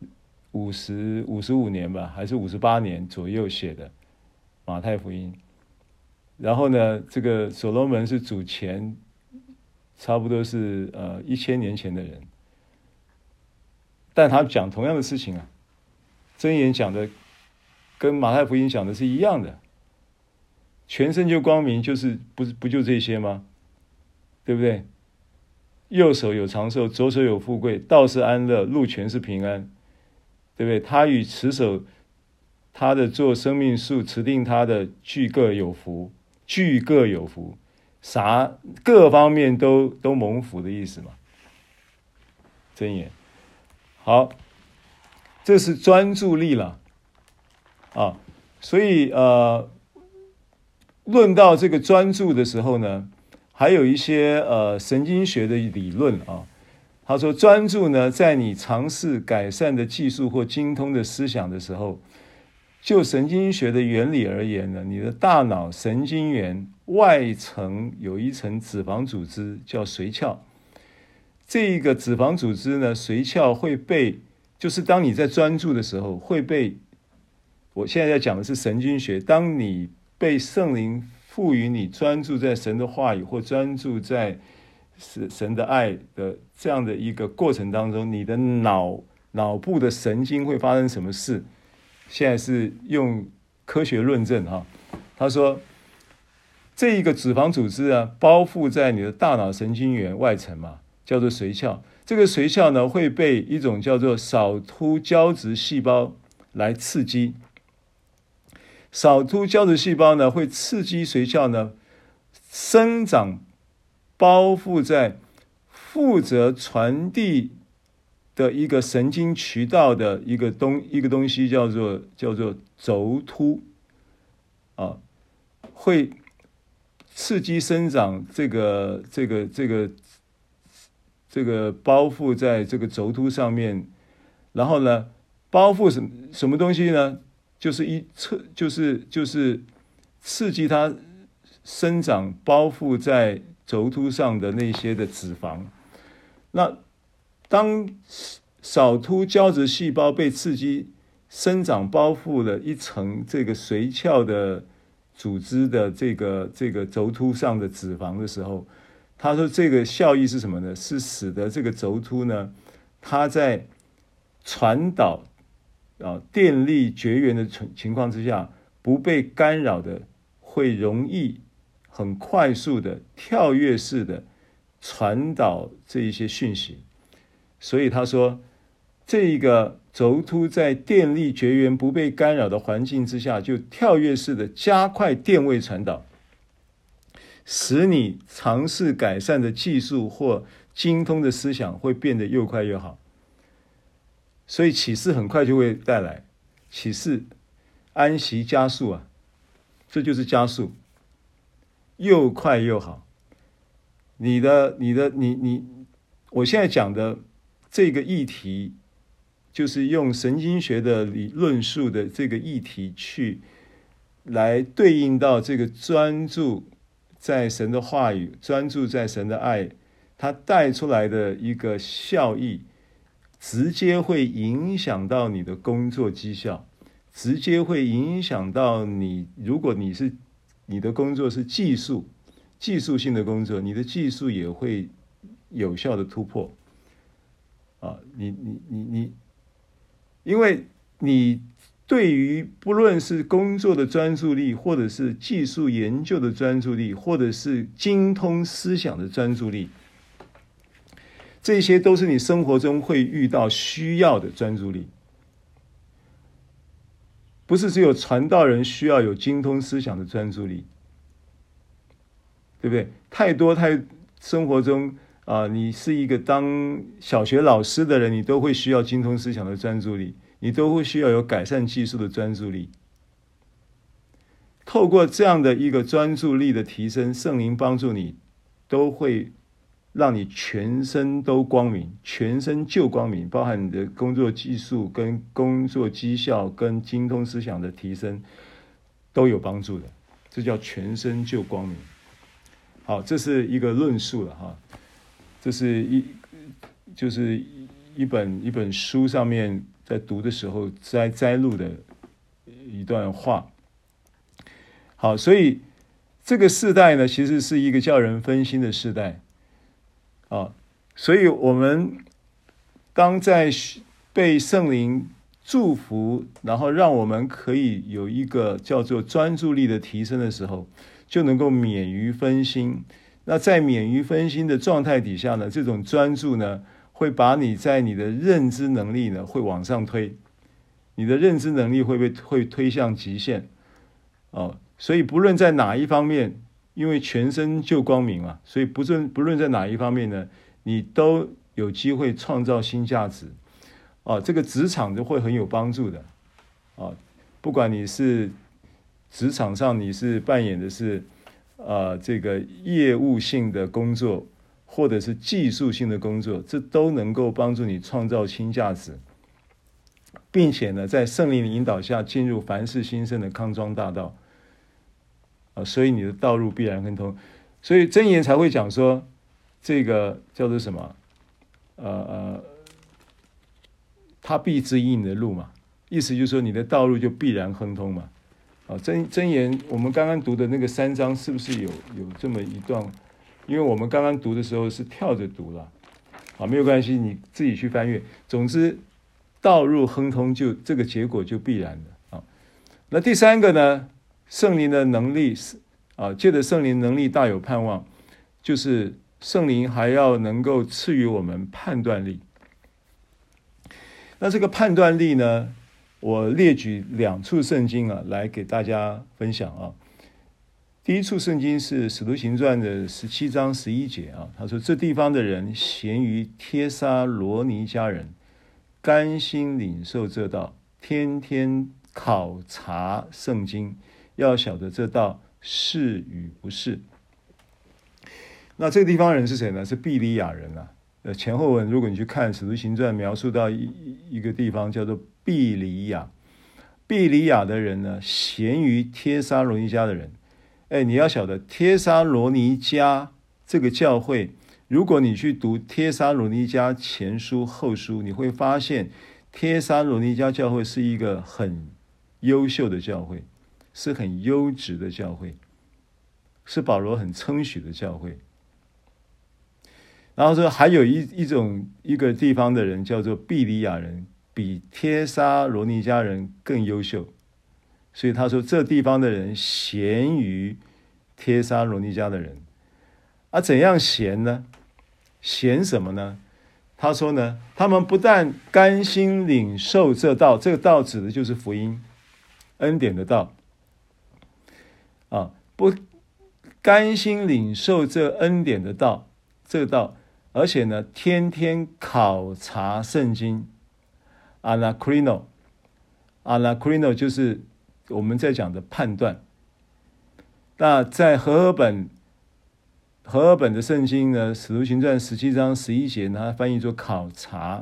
A: 55年吧，还是58年左右写的马太福音。然后呢，这个所罗门是主前差不多是1000年前的人，但他讲同样的事情啊，箴言讲的跟马太福音讲的是一样的，全身就光明，就是不就这些吗？对不对？右手有长寿，左手有富贵，道是安乐，路全是平安，对不对？他与持守他的做生命树，持定他的俱各有福，俱各有福，啥各方面都蒙福的意思嘛。箴言，好，这是专注力了啊。所以论到这个专注的时候呢，还有一些神经学的理论啊。他说，专注呢，在你尝试改善的技术或精通的思想的时候，就神经学的原理而言呢，你的大脑神经元外层有一层脂肪组织叫髓鞘，这个脂肪组织呢，髓鞘会被，就是当你在专注的时候会被，我现在在讲的是神经学，当你被圣灵赋予你专注在神的话语或专注在神的爱的这样的一个过程当中，你的脑部的神经会发生什么事？现在是用科学论证哈。他说，这一个脂肪组织啊，包覆在你的大脑神经元外层嘛，叫做髓鞘。这个髓鞘呢，会被一种叫做少突胶质细胞来刺激。少突胶质细胞呢，会刺激髓鞘呢生长，包覆在负责传递的一个神经渠道的一个东西叫做轴突啊，会刺激生长这个包覆在这个轴突上面，然后呢，包覆什么东西呢？就是刺激它生长，包覆在轴突上的那些的脂肪。那当少突胶质细胞被刺激生长，包覆了一层这个髓鞘的组织的这个轴突上的脂肪的时候，他说这个效益是什么呢？是使得这个轴突呢，它在传导电力绝缘的情况之下，不被干扰的，会容易很快速的跳跃式的传导这一些讯息。所以他说，这一个轴突在电力绝缘不被干扰的环境之下，就跳跃式的加快电位传导，使你尝试改善的技术或精通的思想会变得又快又好。所以启示很快就会带来，启示安息加速啊，这就是加速，又快又好。我现在讲的这个议题，就是用神经学的论述的这个议题去来对应到这个专注在神的话语，专注在神的爱，它带出来的一个效益，直接会影响到你的工作绩效，直接会影响到你，如果你的工作是技术性的工作，你的技术也会有效的突破啊！因为你对于不论是工作的专注力，或者是技术研究的专注力，或者是精通思想的专注力，这些都是你生活中会遇到需要的专注力。不是只有传道人需要有精通思想的专注力，对不对？生活中你是一个当小学老师的人，你都会需要精通思想的专注力，你都会需要有改善技术的专注力。透过这样的一个专注力的提升，圣灵帮助你，都会让你全身都光明，全身就光明，包含你的工作技术跟工作绩效跟精通思想的提升都有帮助的，这叫全身就光明。好，这是一个论述了哈，这是就是一本书上面在读的时候摘录的一段话。好，所以这个世代呢，其实是一个叫人分心的世代啊。所以我们当在被圣灵祝福，然后让我们可以有一个叫做专注力的提升的时候，就能够免于分心。那在免于分心的状态底下呢，这种专注呢，会把你在你的认知能力呢会往上推，你的认知能力会推向极限哦。所以不论在哪一方面，因为全身就光明嘛，所以不论在哪一方面呢，你都有机会创造新价值啊。这个职场就会很有帮助的啊。不管你是职场上你是扮演的是这个业务性的工作，或者是技术性的工作，这都能够帮助你创造新价值，并且呢，在圣灵的引导下进入凡事兴盛的康庄大道所以你的道路必然亨通。所以箴言才会讲说，这个叫做什么？他必指引你的路嘛，意思就是说你的道路就必然亨通嘛。箴言我们刚刚读的那个3章是不是有这么一段？因为我们刚刚读的时候是跳着读了，没有关系，你自己去翻阅。总之，道路亨通就这个结果就必然的那第三个呢，圣灵的能力借着圣灵能力大有盼望，就是圣灵还要能够赐予我们判断力。那这个判断力呢，我列举2处圣经来给大家分享第一处圣经是使徒行传的17章11节他说这地方的人咸于帖撒罗尼迦人，甘心领受这道，天天考察圣经，要晓得这道是与不是。那这个地方人是谁呢？是庇哩亚人前后文如果你去看使徒行传，描述到一个地方叫做庇哩亚。庇哩亚的人呢，咸于帖撒罗尼迦的人。你要晓得帖撒罗尼迦这个教会，如果你去读帖撒罗尼迦前书后书，你会发现帖撒罗尼迦教会是一个很优秀的教会，是很优质的教会，是保罗很称许的教会。然后说还有一个地方的人叫做庇哩亚人，比帖撒罗尼迦人更优秀，所以他说这地方的人咸于帖撒罗尼迦的人怎样咸呢？咸什么呢？他说呢，他们不但甘心领受这道，这个道指的就是福音恩典的道不甘心领受这恩典的道，这个道，而且呢，天天考察圣经 ，anakrino 就是我们在讲的判断。那在和合本的圣经呢，使徒行传17章11节呢，它翻译作考察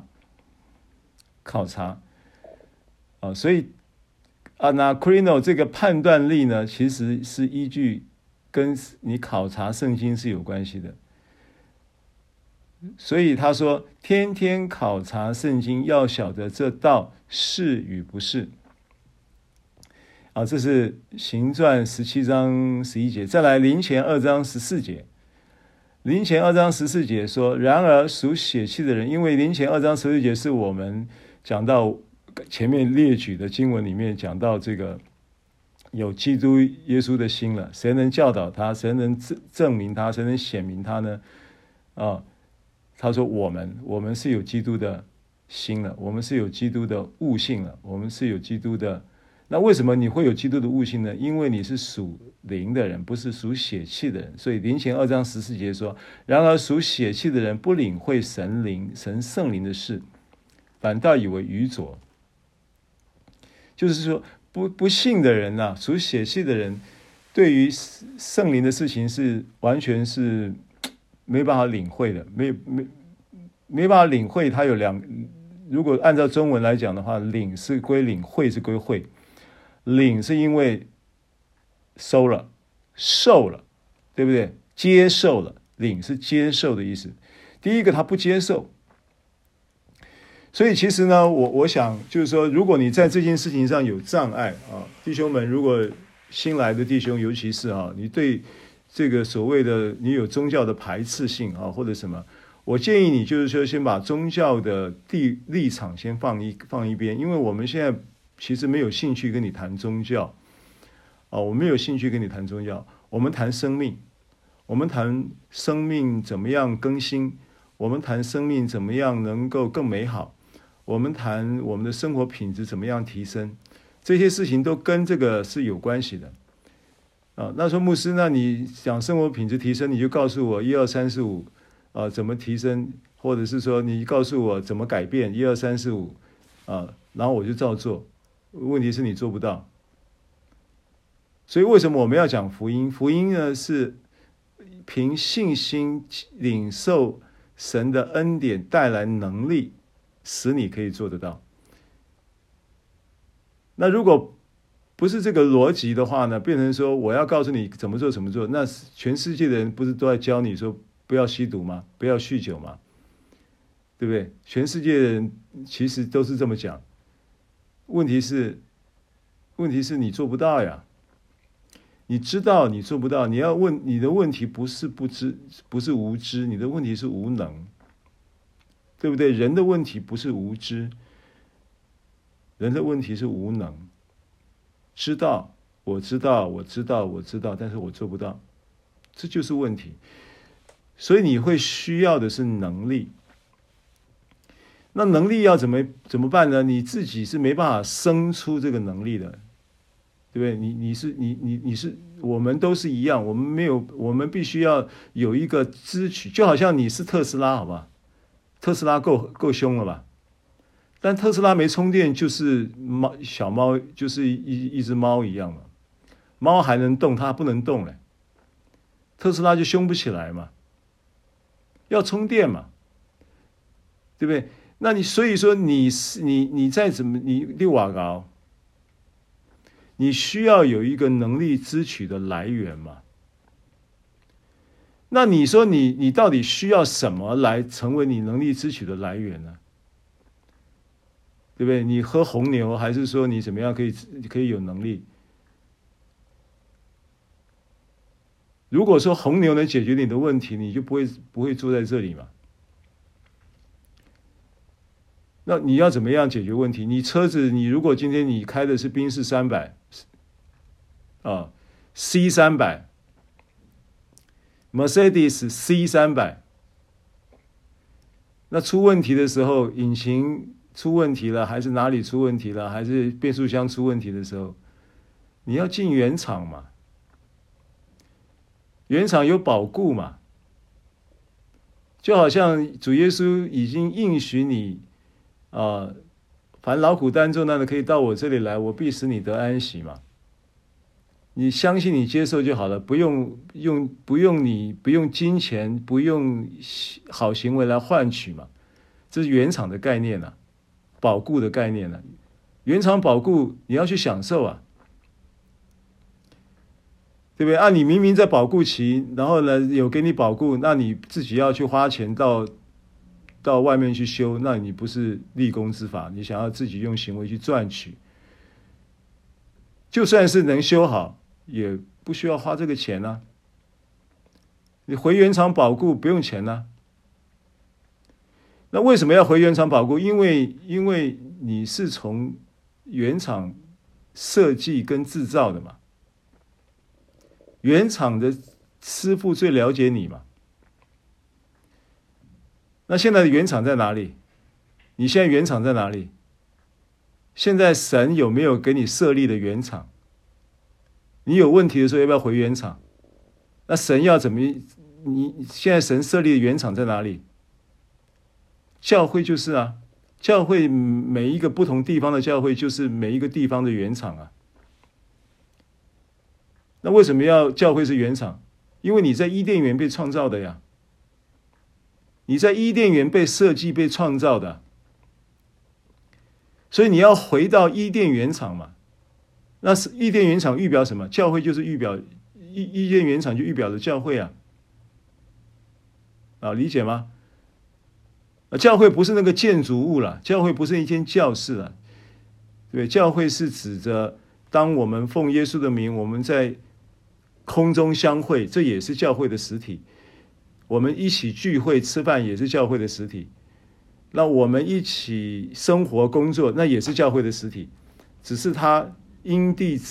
A: 所以 anakrino 这个判断力呢，其实是依据跟你考察圣经是有关系的。所以他说天天考察圣经，要晓得这道是与不是这是行传17章11节。再来林前2章14节，林前2章14节说，然而属血气的人，因为林前2章14节是我们讲到前面列举的经文里面讲到这个有基督耶稣的心了，谁能教导他，谁能证明他，谁能显明他呢他说我们是有基督的心了，我们是有基督的悟性了，我们是有基督的。那为什么你会有基督的悟性呢？因为你是属灵的人，不是属血气的人。所以林前2章14节说，然而属血气的人不领会神圣灵的事，反倒以为愚拙。就是说不信的人属血气的人，对于圣灵的事情是完全是没办法领会的，没办法领会。它有如果按照中文来讲的话，领是归领，会是归会。领是因为收了受了，对不对？接受了，领是接受的意思。第一个他不接受， 所以其实呢，我想就是说，如果你在这件事情上有障碍啊，弟兄们，如果新来的弟兄，尤其是你对这个所谓的你有宗教的排斥性或者什么，我建议你就是说，先把宗教的立场先放一边，因为我们现在其实没有兴趣跟你谈宗教我没有兴趣跟你谈宗教，我们谈生命，我们谈生命怎么样更新，我们谈生命怎么样能够更美好。我们谈我们的生活品质怎么样提升，这些事情都跟这个是有关系的那说牧师，那你讲生活品质提升，你就告诉我1、2、3、4、5怎么提升，或者是说你告诉我怎么改变1、2、3、4、5然后我就照做。问题是你做不到，所以为什么我们要讲福音？福音呢是凭信心领受神的恩典带来能力，使你可以做得到。那如果不是这个逻辑的话呢，变成说我要告诉你怎么做怎么做，那全世界的人不是都在教你说不要吸毒吗？不要酗酒吗？对不对？全世界的人其实都是这么讲。问题是你做不到呀。你知道你做不到，你的问题不是不知，不是无知，你的问题是无能，对不对？人的问题不是无知，人的问题是无能。知道，我知道，但是我做不到，这就是问题。所以你会需要的是能力。那能力要怎么办呢？你自己是没办法生出这个能力的。对不对？你是，我们都是一样，我们必须要有一个支取，就好像你是特斯拉，好吧？特斯拉够凶了吧？但特斯拉没充电，就是小猫，就是一只猫一样嘛。猫还能动，它不能动嘞。特斯拉就凶不起来嘛，要充电嘛，对不对？那你所以说你再怎么你6瓦高。你需要有一个能力支取的来源嘛？那你说你到底需要什么来成为你能力支取的来源呢？对不对？你喝红牛，还是说你怎么样可以有能力？如果说红牛能解决你的问题，你就不会坐在这里嘛？那你要怎么样解决问题？你车子，你如果今天你开的是宾士300C300 Mercedes C300， 那出问题的时候，引擎出问题了，还是哪里出问题了，还是变速箱出问题的时候，你要进原厂嘛？原厂有保固嘛？就好像主耶稣已经应许你凡劳苦担重担的，可以到我这里来，我必使你得安息嘛。你相信你接受就好了，不用金钱，不用好行为来换取嘛。这是原厂的概念啊，保固的概念啊。原厂保固你要去享受啊，对不对？你明明在保固期，然后呢有给你保固，那你自己要去花钱到外面去修，那你不是立功之法，你想要自己用行为去赚取，就算是能修好，也不需要花这个钱啊。你回原厂保固不用钱啊。那为什么要回原厂保固？因为你是从原厂设计跟制造的嘛，原厂的师傅最了解你嘛。那现在的原厂在哪里？你现在原厂在哪里？现在神有没有给你设立的原厂？你有问题的时候要不要回原厂？那神要怎么？你现在神设立的原厂在哪里？教会就是啊，教会每一个不同地方的教会就是每一个地方的原厂啊。那为什么要教会是原厂？因为你在伊甸园被创造的呀。你在伊甸园被设计、被创造的，所以你要回到伊甸原厂嘛。那是伊甸原厂预表什么？教会就是预表伊甸原厂就预表了教会啊，理解吗？ 教会不是那个建筑物了，教会不是一间教室了，对，教会是指着当我们奉耶稣的名，我们在空中相会，这也是教会的实体。我们一起聚会吃饭也是教会的实体。那我们一起生活工作，那也是教会的实体。只是它因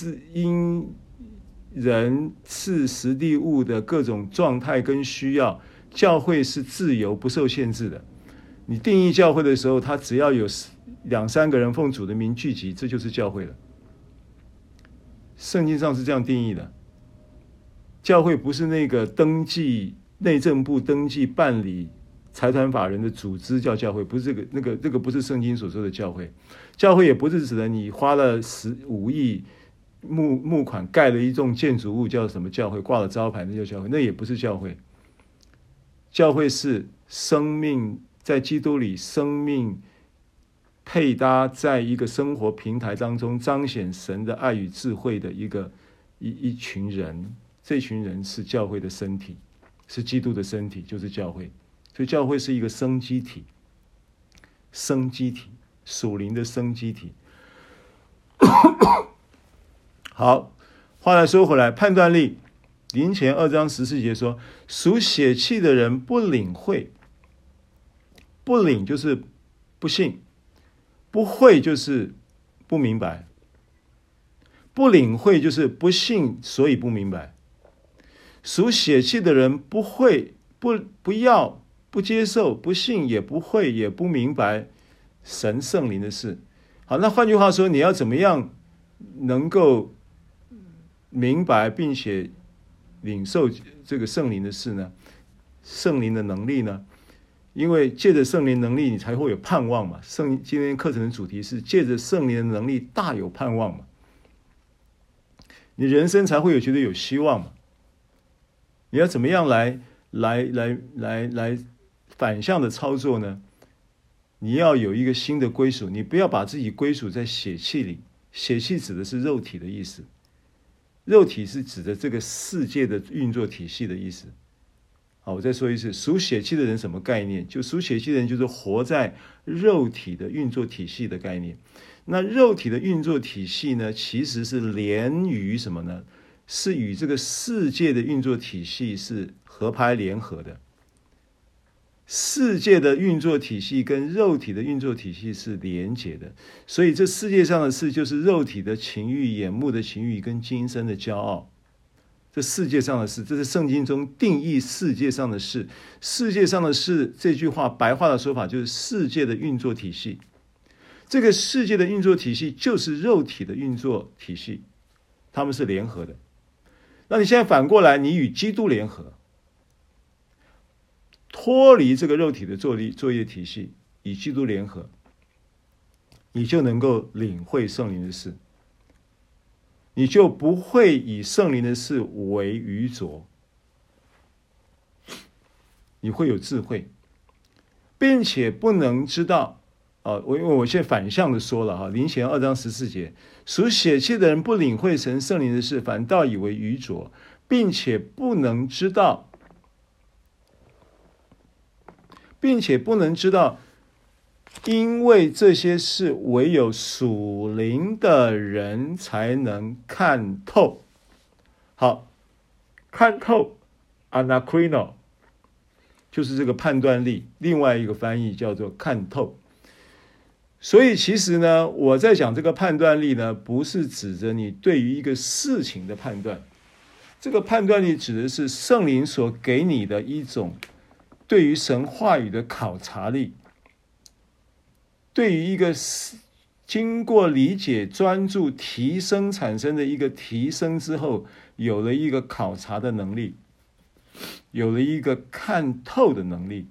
A: 人事时地物的各种状态跟需要，教会是自由不受限制的。你定义教会的时候，它只要有2-3个人奉主的名聚集，这就是教会了。圣经上是这样定义的。教会不是那个登记内政部登记办理财团法人的组织叫教会，不是这个不是圣经所说的教会。教会也不是指的你花了15亿募款盖了一栋建筑物叫什么教会，挂了招牌那叫教会，那也不是教会。教会是生命在基督里，生命配搭在一个生活平台当中，彰显神的爱与智慧的一群人。这群人是教会的身体，是基督的身体，就是教会。所以教会是一个生机体，生机体，属灵的生机体。好，话来说回来，判断力林前2章14节说，属血气的人不领会，不领就是不信，不会就是不明白，不领会就是不信，所以不明白。属血气的人不会，不要，不接受，不信，也不会，也不明白神圣灵的事。好，那换句话说，你要怎么样能够明白并且领受这个圣灵的事呢？圣灵的能力呢？因为借着圣灵能力，你才会有盼望嘛。今天课程的主题是借着圣灵的能力，大有盼望嘛。你人生才会觉得有希望嘛。你要怎么样来反向的操作呢？你要有一个新的归属，你不要把自己归属在血气里。血气指的是肉体的意思，肉体是指的这个世界的运作体系的意思。好，我再说一次，属血气的人什么概念？就属血气的人就是活在肉体的运作体系的概念。那肉体的运作体系呢，其实是连于什么呢？是与这个世界的运作体系是合拍联合的。世界的运作体系跟肉体的运作体系是连结的，所以这世界上的事就是肉体的情欲、眼目的情欲跟今生的骄傲。这世界上的事，这是圣经中定义世界上的事。世界上的事这句话白话的说法就是世界的运作体系。这个世界的运作体系就是肉体的运作体系，它们是联合的。那你现在反过来，你与基督联合，脱离这个肉体的作业体系，与基督联合，你就能够领会圣灵的事，你就不会以圣灵的事为愚拙，你会有智慧，并且不能知道因为我现在反向的说了林前2章14节，属血气的人不领会神圣灵的事，反倒以为愚拙，并且不能知道，因为这些事唯有属灵的人才能看透。好，看透 anakrino 就是这个判断力，另外一个翻译叫做看透。所以其实呢，我在讲这个判断力呢，不是指着你对于一个事情的判断，这个判断力指的是圣灵所给你的一种对于神话语的考察力，对于一个经过理解、专注、提升产生的一个提升之后，有了一个考察的能力，有了一个看透的能力。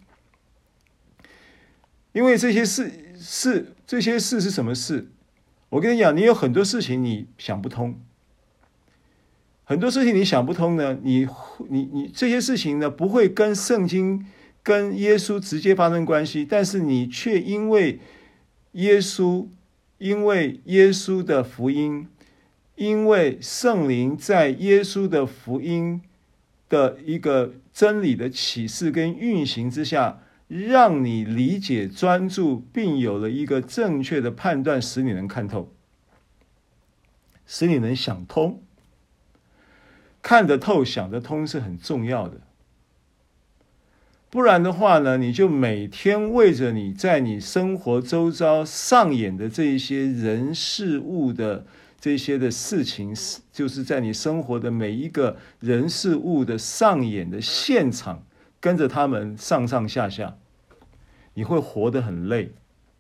A: 因为这些事是什么事？我跟你讲，你有很多事情你想不通，很多事情你想不通呢，你这些事情呢不会跟圣经、跟耶稣直接发生关系，但是你却因为耶稣的福音，因为圣灵在耶稣的福音的一个真理的启示跟运行之下， 让你理解专注，并有了一个正确的判断，使你能看透，使你能想通。看得透、想得通是很重要的。不然的话呢，你就每天为着你在你生活周遭上演的这一些人事物的这些的事情，就是在你生活的每一个人事物的上演的现场，跟着他们上上下下，你会活得很累。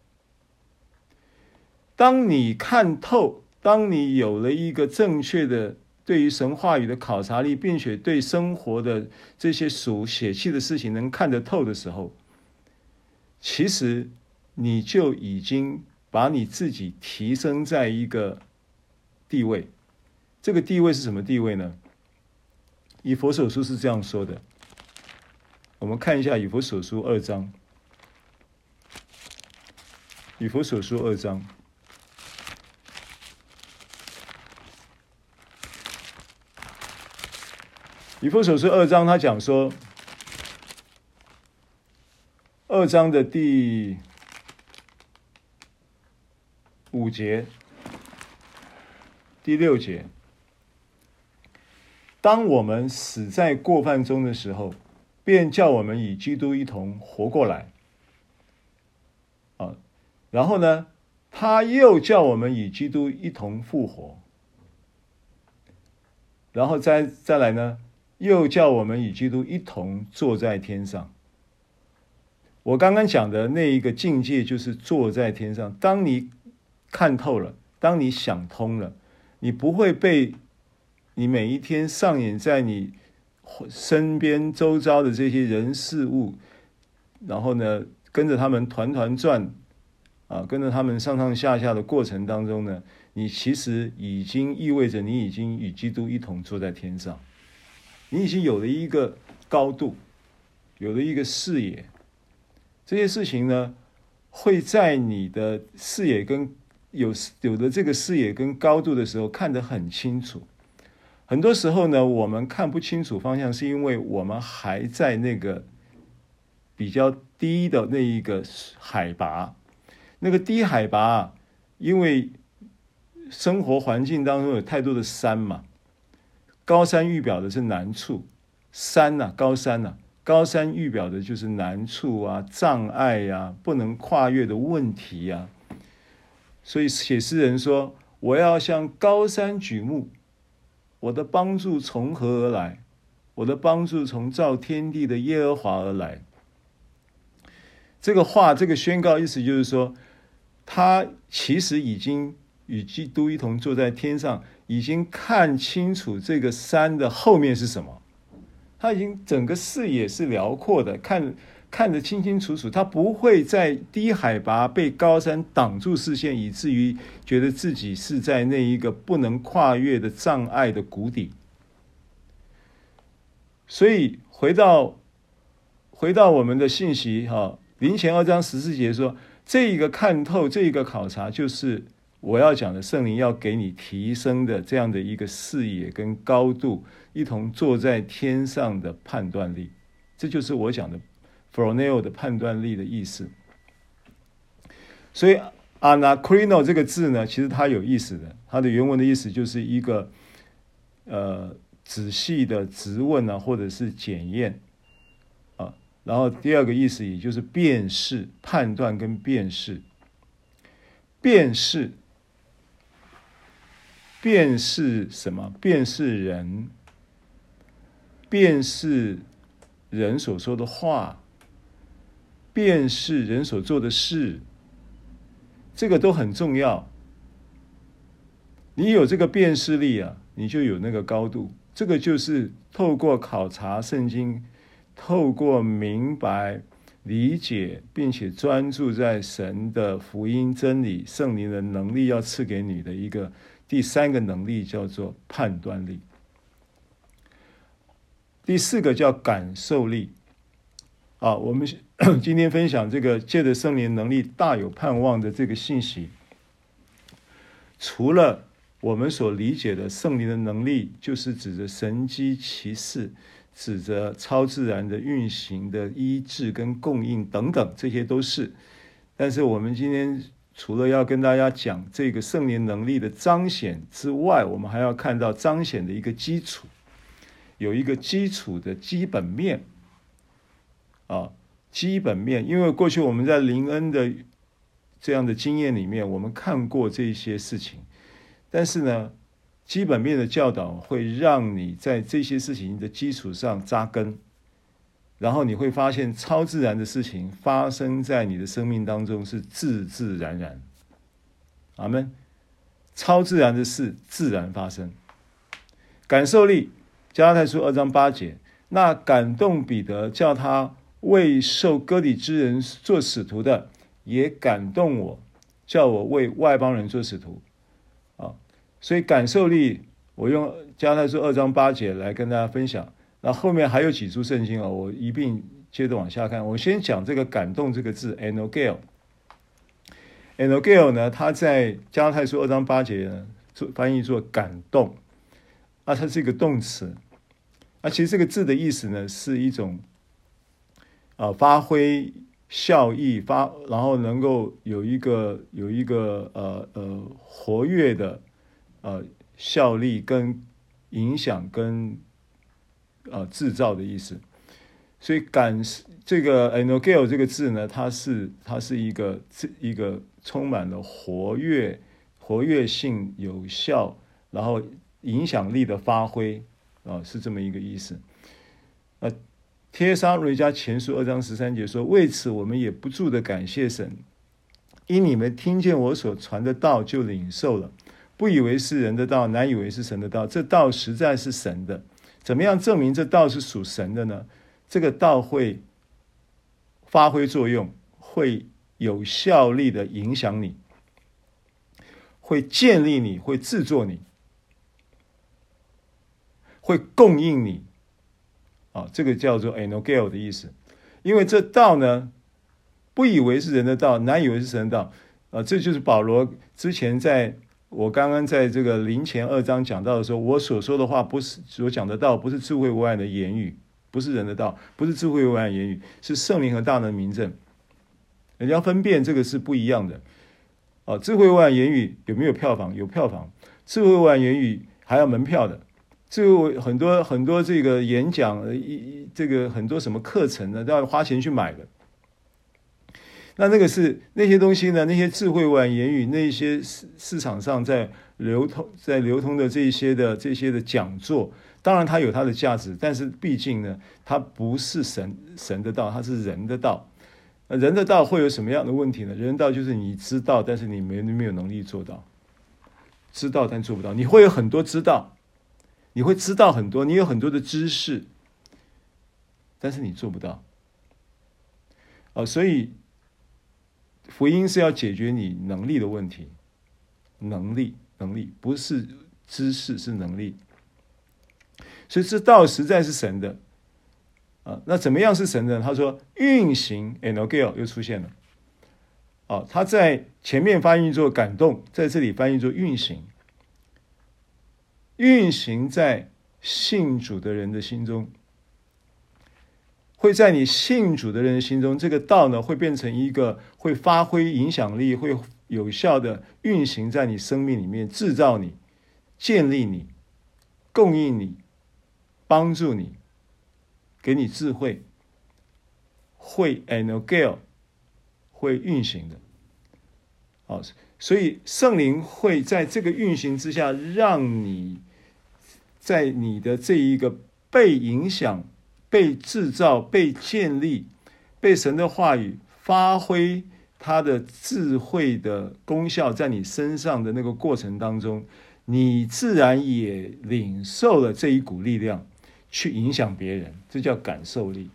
A: 当你看透，当你有了一个正确的对于神话语的考察力，并且对生活的这些属血气的事情能看得透的时候，其实你就已经把你自己提升在一个地位。这个地位是什么地位呢？以弗所书是这样说的，我们看一下以弗所书2章。以弗所书2章。以弗所书2章，他讲说，2章的第5节、第6节，当我们死在过犯中的时候，便叫我们与基督一同活过来。然后呢，他又叫我们与基督一同复活。然后再来呢，又叫我们与基督一同坐在天上。我刚刚讲的那一个境界就是坐在天上。当你看透了，当你想通了，你不会被你每一天上演在你身边周遭的这些人事物，然后呢，跟着他们团团转跟着他们上上下下的过程当中呢，你其实已经意味着你已经与基督一同坐在天上。你已经有了一个高度，有了一个视野。这些事情呢，会在你的视野跟有的这个视野跟高度的时候看得很清楚。很多时候呢，我们看不清楚方向，是因为我们还在那个比较低的那一个海拔。那个低海拔因为生活环境当中有太多的山嘛，高山预表的是难处，山高山预表的就是难处障碍不能跨越的问题所以写诗人说，我要向高山举目，我的帮助从何而来？我的帮助从造天地的耶和华而来。这个话，这个宣告意思就是说，他其实已经与基督一同坐在天上，已经看清楚这个山的后面是什么。他已经整个视野是辽阔的，看得清清楚楚，他不会在低海拔被高山挡住视线，以至于觉得自己是在那一个不能跨越的障碍的谷底。所以回到我们的信息林前2章14节说，这一个看透，这一个考察，就是我要讲的圣灵要给你提升的这样的一个视野跟高度，一同坐在天上的判断力。这就是我讲的 phroneo 的判断力的意思。所以 anakrino 这个字呢，其实它有意思的，它的原文的意思就是一个仔细的质问或者是检验然后第二个意思也就是辨识、判断跟辨识。辨识什么？辨识人，辨识人所说的话，辨识人所做的事，这个都很重要。你有这个辨识力你就有那个高度。这个就是透过考察圣经，透过明白、理解，并且专注在神的福音真理、圣灵的能力要赐给你的一个第3个能力，叫做判断力。第4个叫感受力我们今天分享这个借着圣灵能力大有盼望的这个信息，除了我们所理解的圣灵的能力，就是指着神迹奇事， 指着超自然的运行的医治跟供应等等，这些都是。但是我们今天除了要跟大家讲这个圣灵能力的彰显之外，我们还要看到彰显的一个基础，有一个基础的基本面啊，基本面。因为过去我们在灵恩的这样的经验里面，我们看过这些事情，但是呢，基本面的教导会让你在这些事情的基础上扎根，然后你会发现超自然的事情发生在你的生命当中是自自然然。阿们。超自然的事自然发生。感受力，加拉太书2章8节，那感动彼得叫他为受割礼之人做使徒的，也感动我，叫我为外邦人做使徒。所以感受力，我用加拉太书2章8节来跟大家分享。那后面还有几处圣经我一并接着往下看。我先讲这个感动这个字 ，enogel。enogel 呢，它在加拉太书2章8节呢，翻译作感动。它是一个动词。其实这个字的意思呢，是一种发挥效益，然后能够有一个活跃的效力跟影响跟制造的意思。所以这个 enogel 这个字呢，它是一个充满了活跃性、有效，然后影响力的发挥是这么一个意思。帖撒罗尼迦前书2章13节说，为此我们也不住的感谢神，因你们听见我所传的道就领受了，不以为是人的道，乃以为是神的道。这道实在是神的。怎么样证明这道是属神的呢？这个道会发挥作用，会有效力的影响你，会建立你，会制作你，会供应你。这个叫做 enogel 的意思。因为这道呢，不以为是人的道，乃以为是神的道。这就是保罗之前我刚刚在这个林前2章讲到的时候，我所说的话不是所讲的道，不是智慧无碍的言语，不是人的道，不是智慧无碍的言语，是圣灵和大能明证。人家分辨这个是不一样的。智慧无碍言语有没有票房？有票房。智慧无碍言语还要门票的。很多这个演讲，这个很多什么课程呢，都要花钱去买的。那那些东西呢？那些智慧无碍言语，那些市场上在流通的这些的讲座，当然它有它的价值，但是毕竟呢，它不是神的道，它是人的道。人的道会有什么样的问题呢？人的道就是你知道，但是你没有能力做到。知道但做不到，你会有很多知道，你会知道很多，你有很多的知识，但是你做不到。所以福音是要解决你能力的问题，能力不是知识，是能力。所以这道实在是神的。那怎么样是神的？他说运行 enogel 又出现了。他在前面翻译作感动，在这里翻译作运行。运行在信主的人的心中，会在你信主的人的心中，这个道呢，会变成一个会发挥影响力，会有效的运行在你生命里面，制造你，建立你，供应你，帮助你，给你智慧，会 enogel 会运行的。所以圣灵会在这个运行之下，让你在你的这一个被影响、被制造、被建立、被神的话语发挥它的智慧的功效在你身上的那个过程当中，你自然也领受了这一股力量去影响别人，这叫感受力。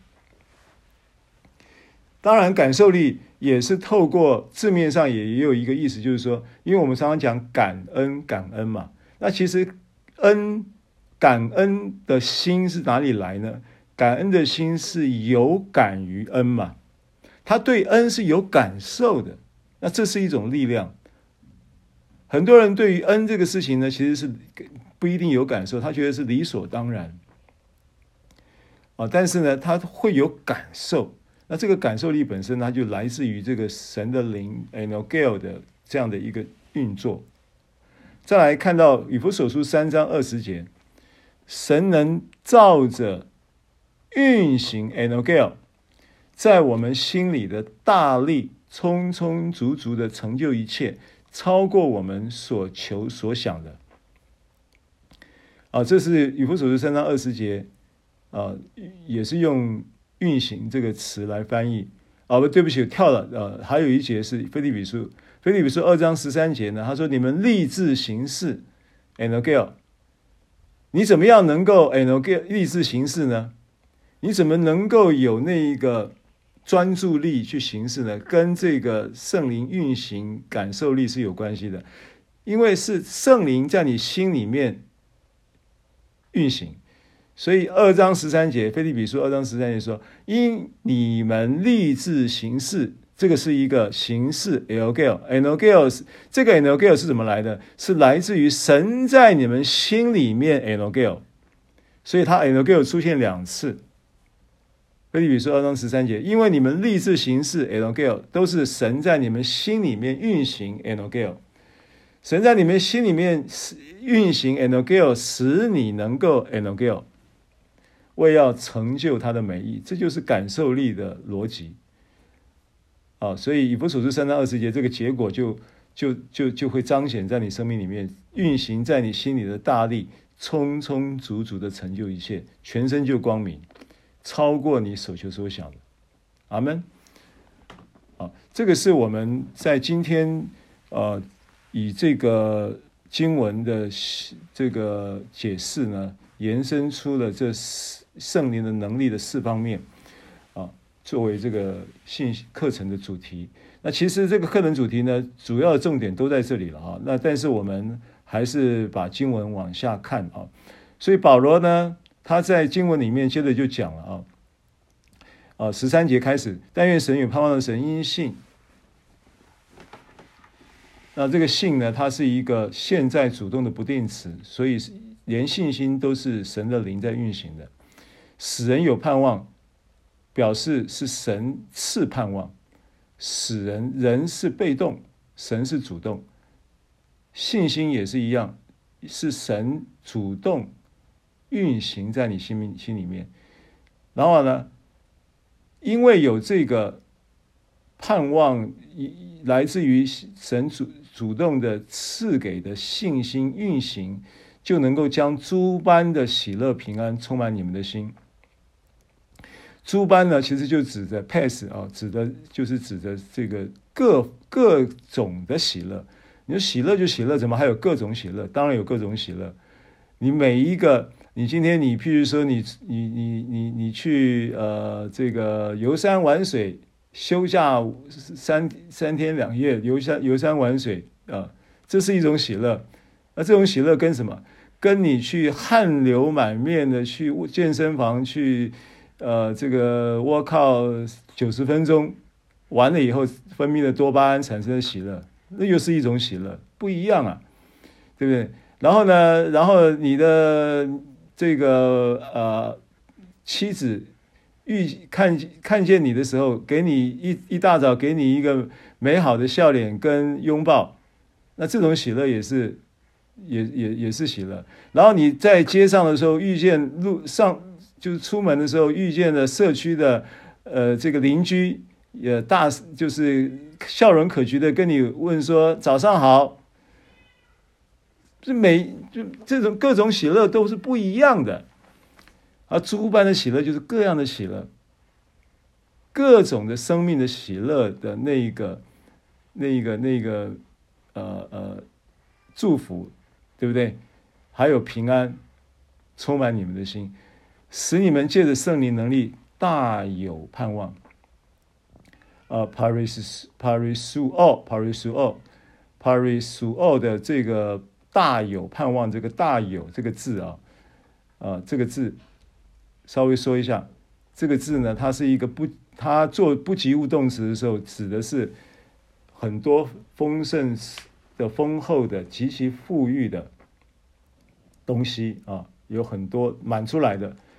A: 当然感受力也是透过字面上也有一个意思，就是说，因为我们常常讲感恩嘛，那其实感恩的心是哪里来呢？感恩的心是有感于恩嘛，他对恩是有感受的，那这是一种力量。很多人对于恩这个事情呢，其实是不一定有感受，他觉得是理所当然。 但是呢，他会有感受。那这个感受力本身，它就来自于这个神的灵 Enogel 的这样的一个运作。再来看到以弗所书3章20节，神能照着运行 Enogel， 在我们心里的大力，充充足足的成就一切，超过我们所求所想的。这是以弗所书3章20节，也是用运行这个词来翻译。对不起，跳了。还有一节是腓立比书2章13节呢，他说：“你们立志行事 ，Enogel。”你怎么样能够 Enogel 立志行事呢？你怎么能够有那一个专注力去行事呢？跟这个圣灵运行感受力是有关系的，因为是圣灵在你心里面运行。所以2章13节，腓立比书2章13节说：“因你们立志行事。”这个是一个形式 Enogel， 这个 Enogel 是怎么来的？是来自于神在你们心里面 Enogel， 所以它 Enogel 出现2次。腓立比书2章13节，因为你们立志行事 Enogel， 都是神在你们心里面运行 Enogel， 神在你们心里面运行 Enogel， 使你能够 Enogel， 为要成就他的美意，这就是感受力的逻辑。所以以弗所书3章20节，这个结果就会彰显在你生命里面，运行在你心里的大力，充充足足的成就一切，全身就光明，超过你所求所想的。阿们。这个是我们在今天以这个经文的这个解释呢，延伸出了这圣灵的能力的4方面作为这个课程的主题。那其实这个课程主题呢，主要的重点都在这里了那但是我们还是把经文往下看所以保罗呢，他在经文里面接着就讲了13节开始，但愿神与盼望的神因信。那这个信呢，它是一个现在主动的不定词，所以连信心都是神的灵在运行的，使人有盼望。表示是神赐盼望，使人是被动，神是主动。信心也是一样，是神主动运行在你心里面。然后呢，因为有这个盼望来自于神主动的赐给的信心运行，就能够将诸般的喜乐平安充满你们的心。诸般呢，其实就指着 pass 指的这个各种的喜乐。你说喜乐就喜乐，怎么还有各种喜乐？当然有各种喜乐。你每一个，你今天你譬如说你去这个游山玩水，休假三天2夜，游山玩水这是一种喜乐。那这种喜乐跟什么？跟你去汗流满面的去健身房去。这个workout 90分钟完了以后分泌的多巴胺产生的喜乐，那又是一种喜乐，不一样对不对？然后呢，你的这个妻子看见你的时候，给你一大早给你一个美好的笑脸跟拥抱，那这种喜乐也是喜乐。然后你在街上的时候遇见就是出门的时候遇见了社区的这个邻居，就是笑容可掬的跟你问说早上好，就这种各种喜乐都是不一样的。诸般的喜乐就是各样的喜乐，各种的生命的喜乐的那个祝福，对不对？还有平安充满你们的心，使你们借着圣灵能力大有盼望。parisuo 的这个大有盼望，这个大有这个字这个字稍微说一下，这个字呢，它是一个它做不及物动词的时候，指的是很多丰盛的、丰厚的、极其富裕的东西有很多满出来的。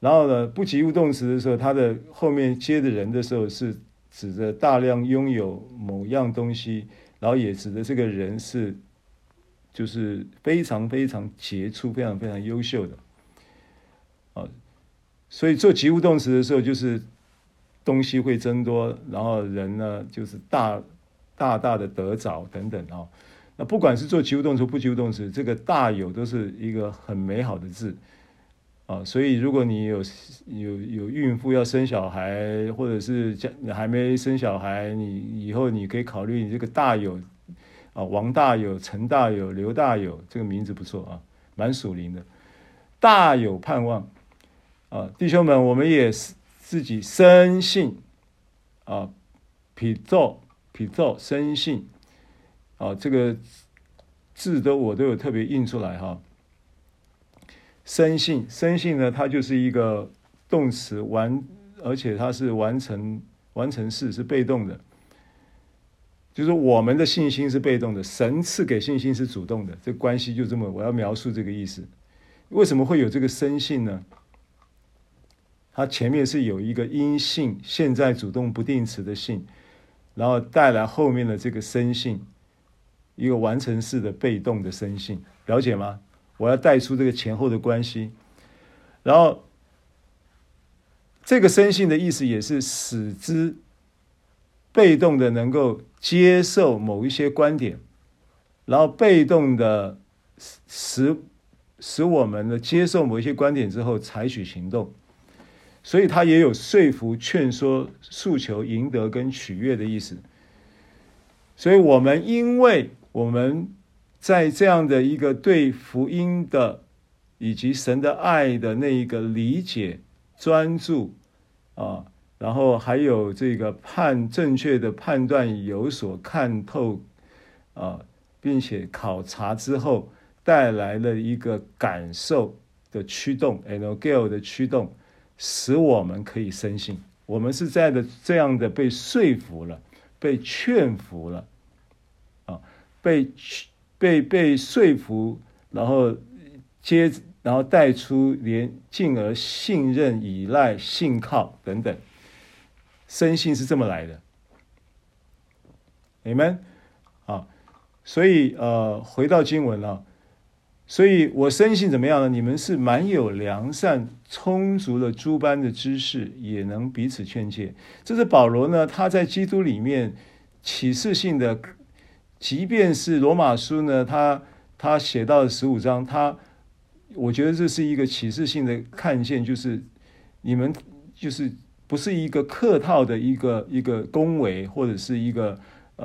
A: 然后呢，不及物动词的时候，它的后面接的人的时候是指着大量拥有某样东西，然后也指的这个人是就是非常非常杰出、非常非常优秀的啊。所以做及物动词的时候，就是东西会增多，然后人呢就是大的得着等等啊。那不管是做及物动词、不及物动词，这个大有都是一个很美好的字啊。所以如果你有孕妇要生小孩，或者是还没生小孩，你以后你可以考虑你这个大有啊，王大有、陈大有、刘大有，这个名字不错啊，蛮属灵的。大有盼望啊，弟兄们，我们也自己深信啊，彼咒深信啊，这个字我都有特别印出来哈。深信呢，它就是一个动词而且它是完成式，是被动的。就是我们的信心是被动的，神赐给信心是主动的，这关系就这么，我要描述这个意思。为什么会有这个深信呢？它前面是有一个因信现在主动不定词的信，然后带来后面的这个深信，一个完成式的被动的深信，了解吗？我要带出这个前后的关系。然后这个深信的意思也是使之被动的能够接受某一些观点，然后被动的使我们呢接受某一些观点之后采取行动，所以它也有说服、劝说、诉求、赢得跟取悦的意思。所以因为我们在这样的一个对福音的以及神的爱的那一个理解、专注啊，然后还有这个正确的判断有所看透啊，并且考察之后带来了一个感受的驱动 ，Angel 的驱动，使我们可以深信。我们是这样的被说服了，被劝服了啊，被说服，然后带出进而信任、依赖、信靠等等。深信是这么来的 Amen 啊，所以回到经文了，所以我深信怎么样呢？你们是满有良善，充足了诸般的知识，也能彼此劝诫。这是保罗呢，他在基督里面启示性的，即便是罗马书呢，他写到15章，我觉得这是一个启示性的看见，就是你们就是不是一个客套的一个恭维，或者是一个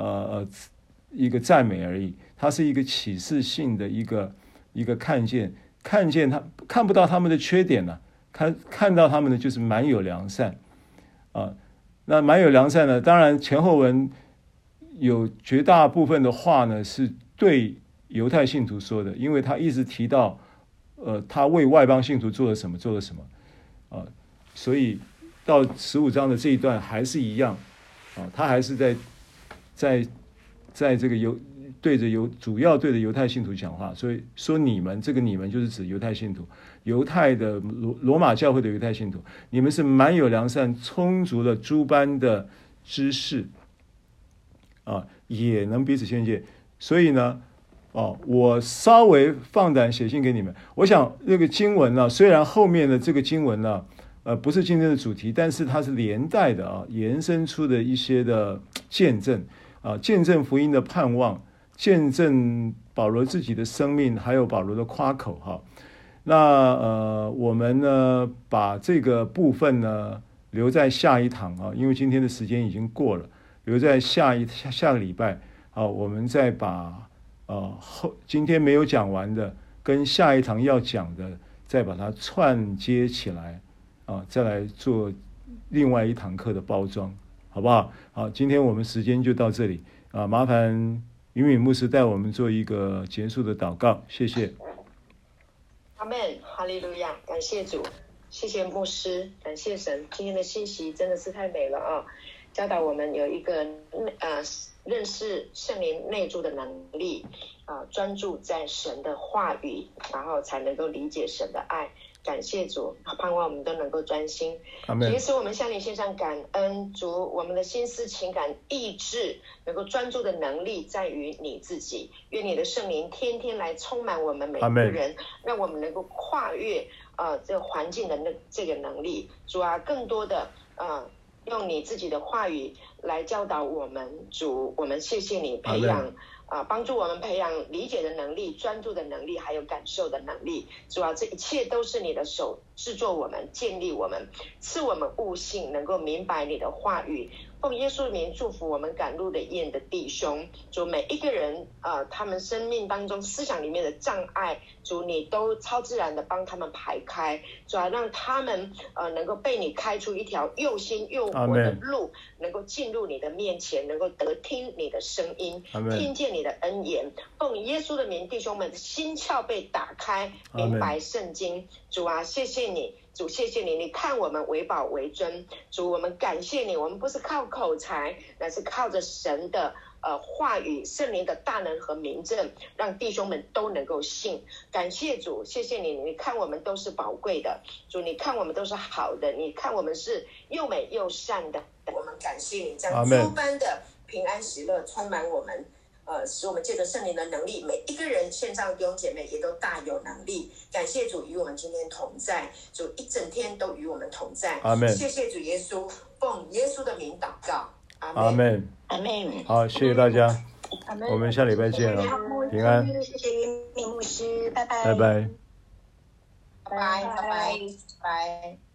A: 赞美而已，它是一个启示性的一个看见他看不到他们的缺点呢，看到他们的就是满有良善啊。那满有良善呢，当然前后文有绝大部分的话呢是对犹太信徒说的，因为他一直提到他为外邦信徒做了什么啊，所以到15章的这一段还是一样啊，他还是在这个主要对着犹太信徒讲话，所以说你们就是指犹太信徒，犹太的罗马教会的犹太信徒，你们是满有良善，充足了诸般的知识啊，也能彼此劝诫。所以呢我稍微放胆写信给你们。我想这个经文呢，虽然后面的这个经文呢不是今天的主题，但是它是连带的延伸出的一些的见证见证福音的盼望，见证保罗自己的生命，还有保罗的夸口那我们呢把这个部分呢留在下一堂因为今天的时间已经过了，留在下个礼拜我们再把今天没有讲完的跟下一堂要讲的再把它串接起来再来做另外一堂课的包装，好不好？好，今天我们时间就到这里麻烦云敏牧师带我们做一个结束的祷告，谢谢。
B: 阿们，哈利路亚，感谢主，谢谢牧师，感谢神，今天的信息真的是太美了教导我们有一个认识圣灵内住的能力专注在神的话语，然后才能够理解神的爱， 感谢主，盼望我们都能够专心。主耶稣，我们向你献上感恩。主，我们的心思、情感、意志能够专注的能力在于你自己。愿你的圣灵天天来充满我们每一个人，让我们能够跨越这个环境的这个能力。主啊，更多的用你自己的话语来教导我们。主，我们谢谢你培养帮助我们培养理解的能力、专注的能力，还有感受的能力。主啊，这一切都是你的手制作我们、建立我们、赐我们悟性，能够明白你的话语。奉耶稣的名祝福我们赶路的燕的弟兄。主，每一个人他们生命当中思想里面的障碍，主你都超自然的帮他们排开。主啊，让他们能够被你开出一条又新又活的路，能够进入你的面前，能够得听你的声音，听见你的恩言。奉耶稣的名，弟兄们心窍被打开，明白圣经。主啊，谢谢你。主，谢谢你，你看我们为宝为尊。主，我们感谢你，我们不是靠口才，乃是靠着神的话语、圣灵的大能和明证，让弟兄们都能够信。感谢主，谢谢你，你看我们都是宝贵的。主，你看我们都是好的，你看我们是又美又善的。我们感谢你，将诸般的平安喜乐充满我们。使我们借着圣灵的能力，每一个人线上弟兄姐妹也都大有能力。感谢主与我们今天同在，主一整天都与我们同在。阿们。谢谢主耶稣，奉耶稣的名祷告。阿们。阿们。
A: 好，谢谢大家，我们下礼拜见了，平安。
B: 谢谢林牧师，拜拜。
A: 拜拜。
B: 拜拜。拜拜。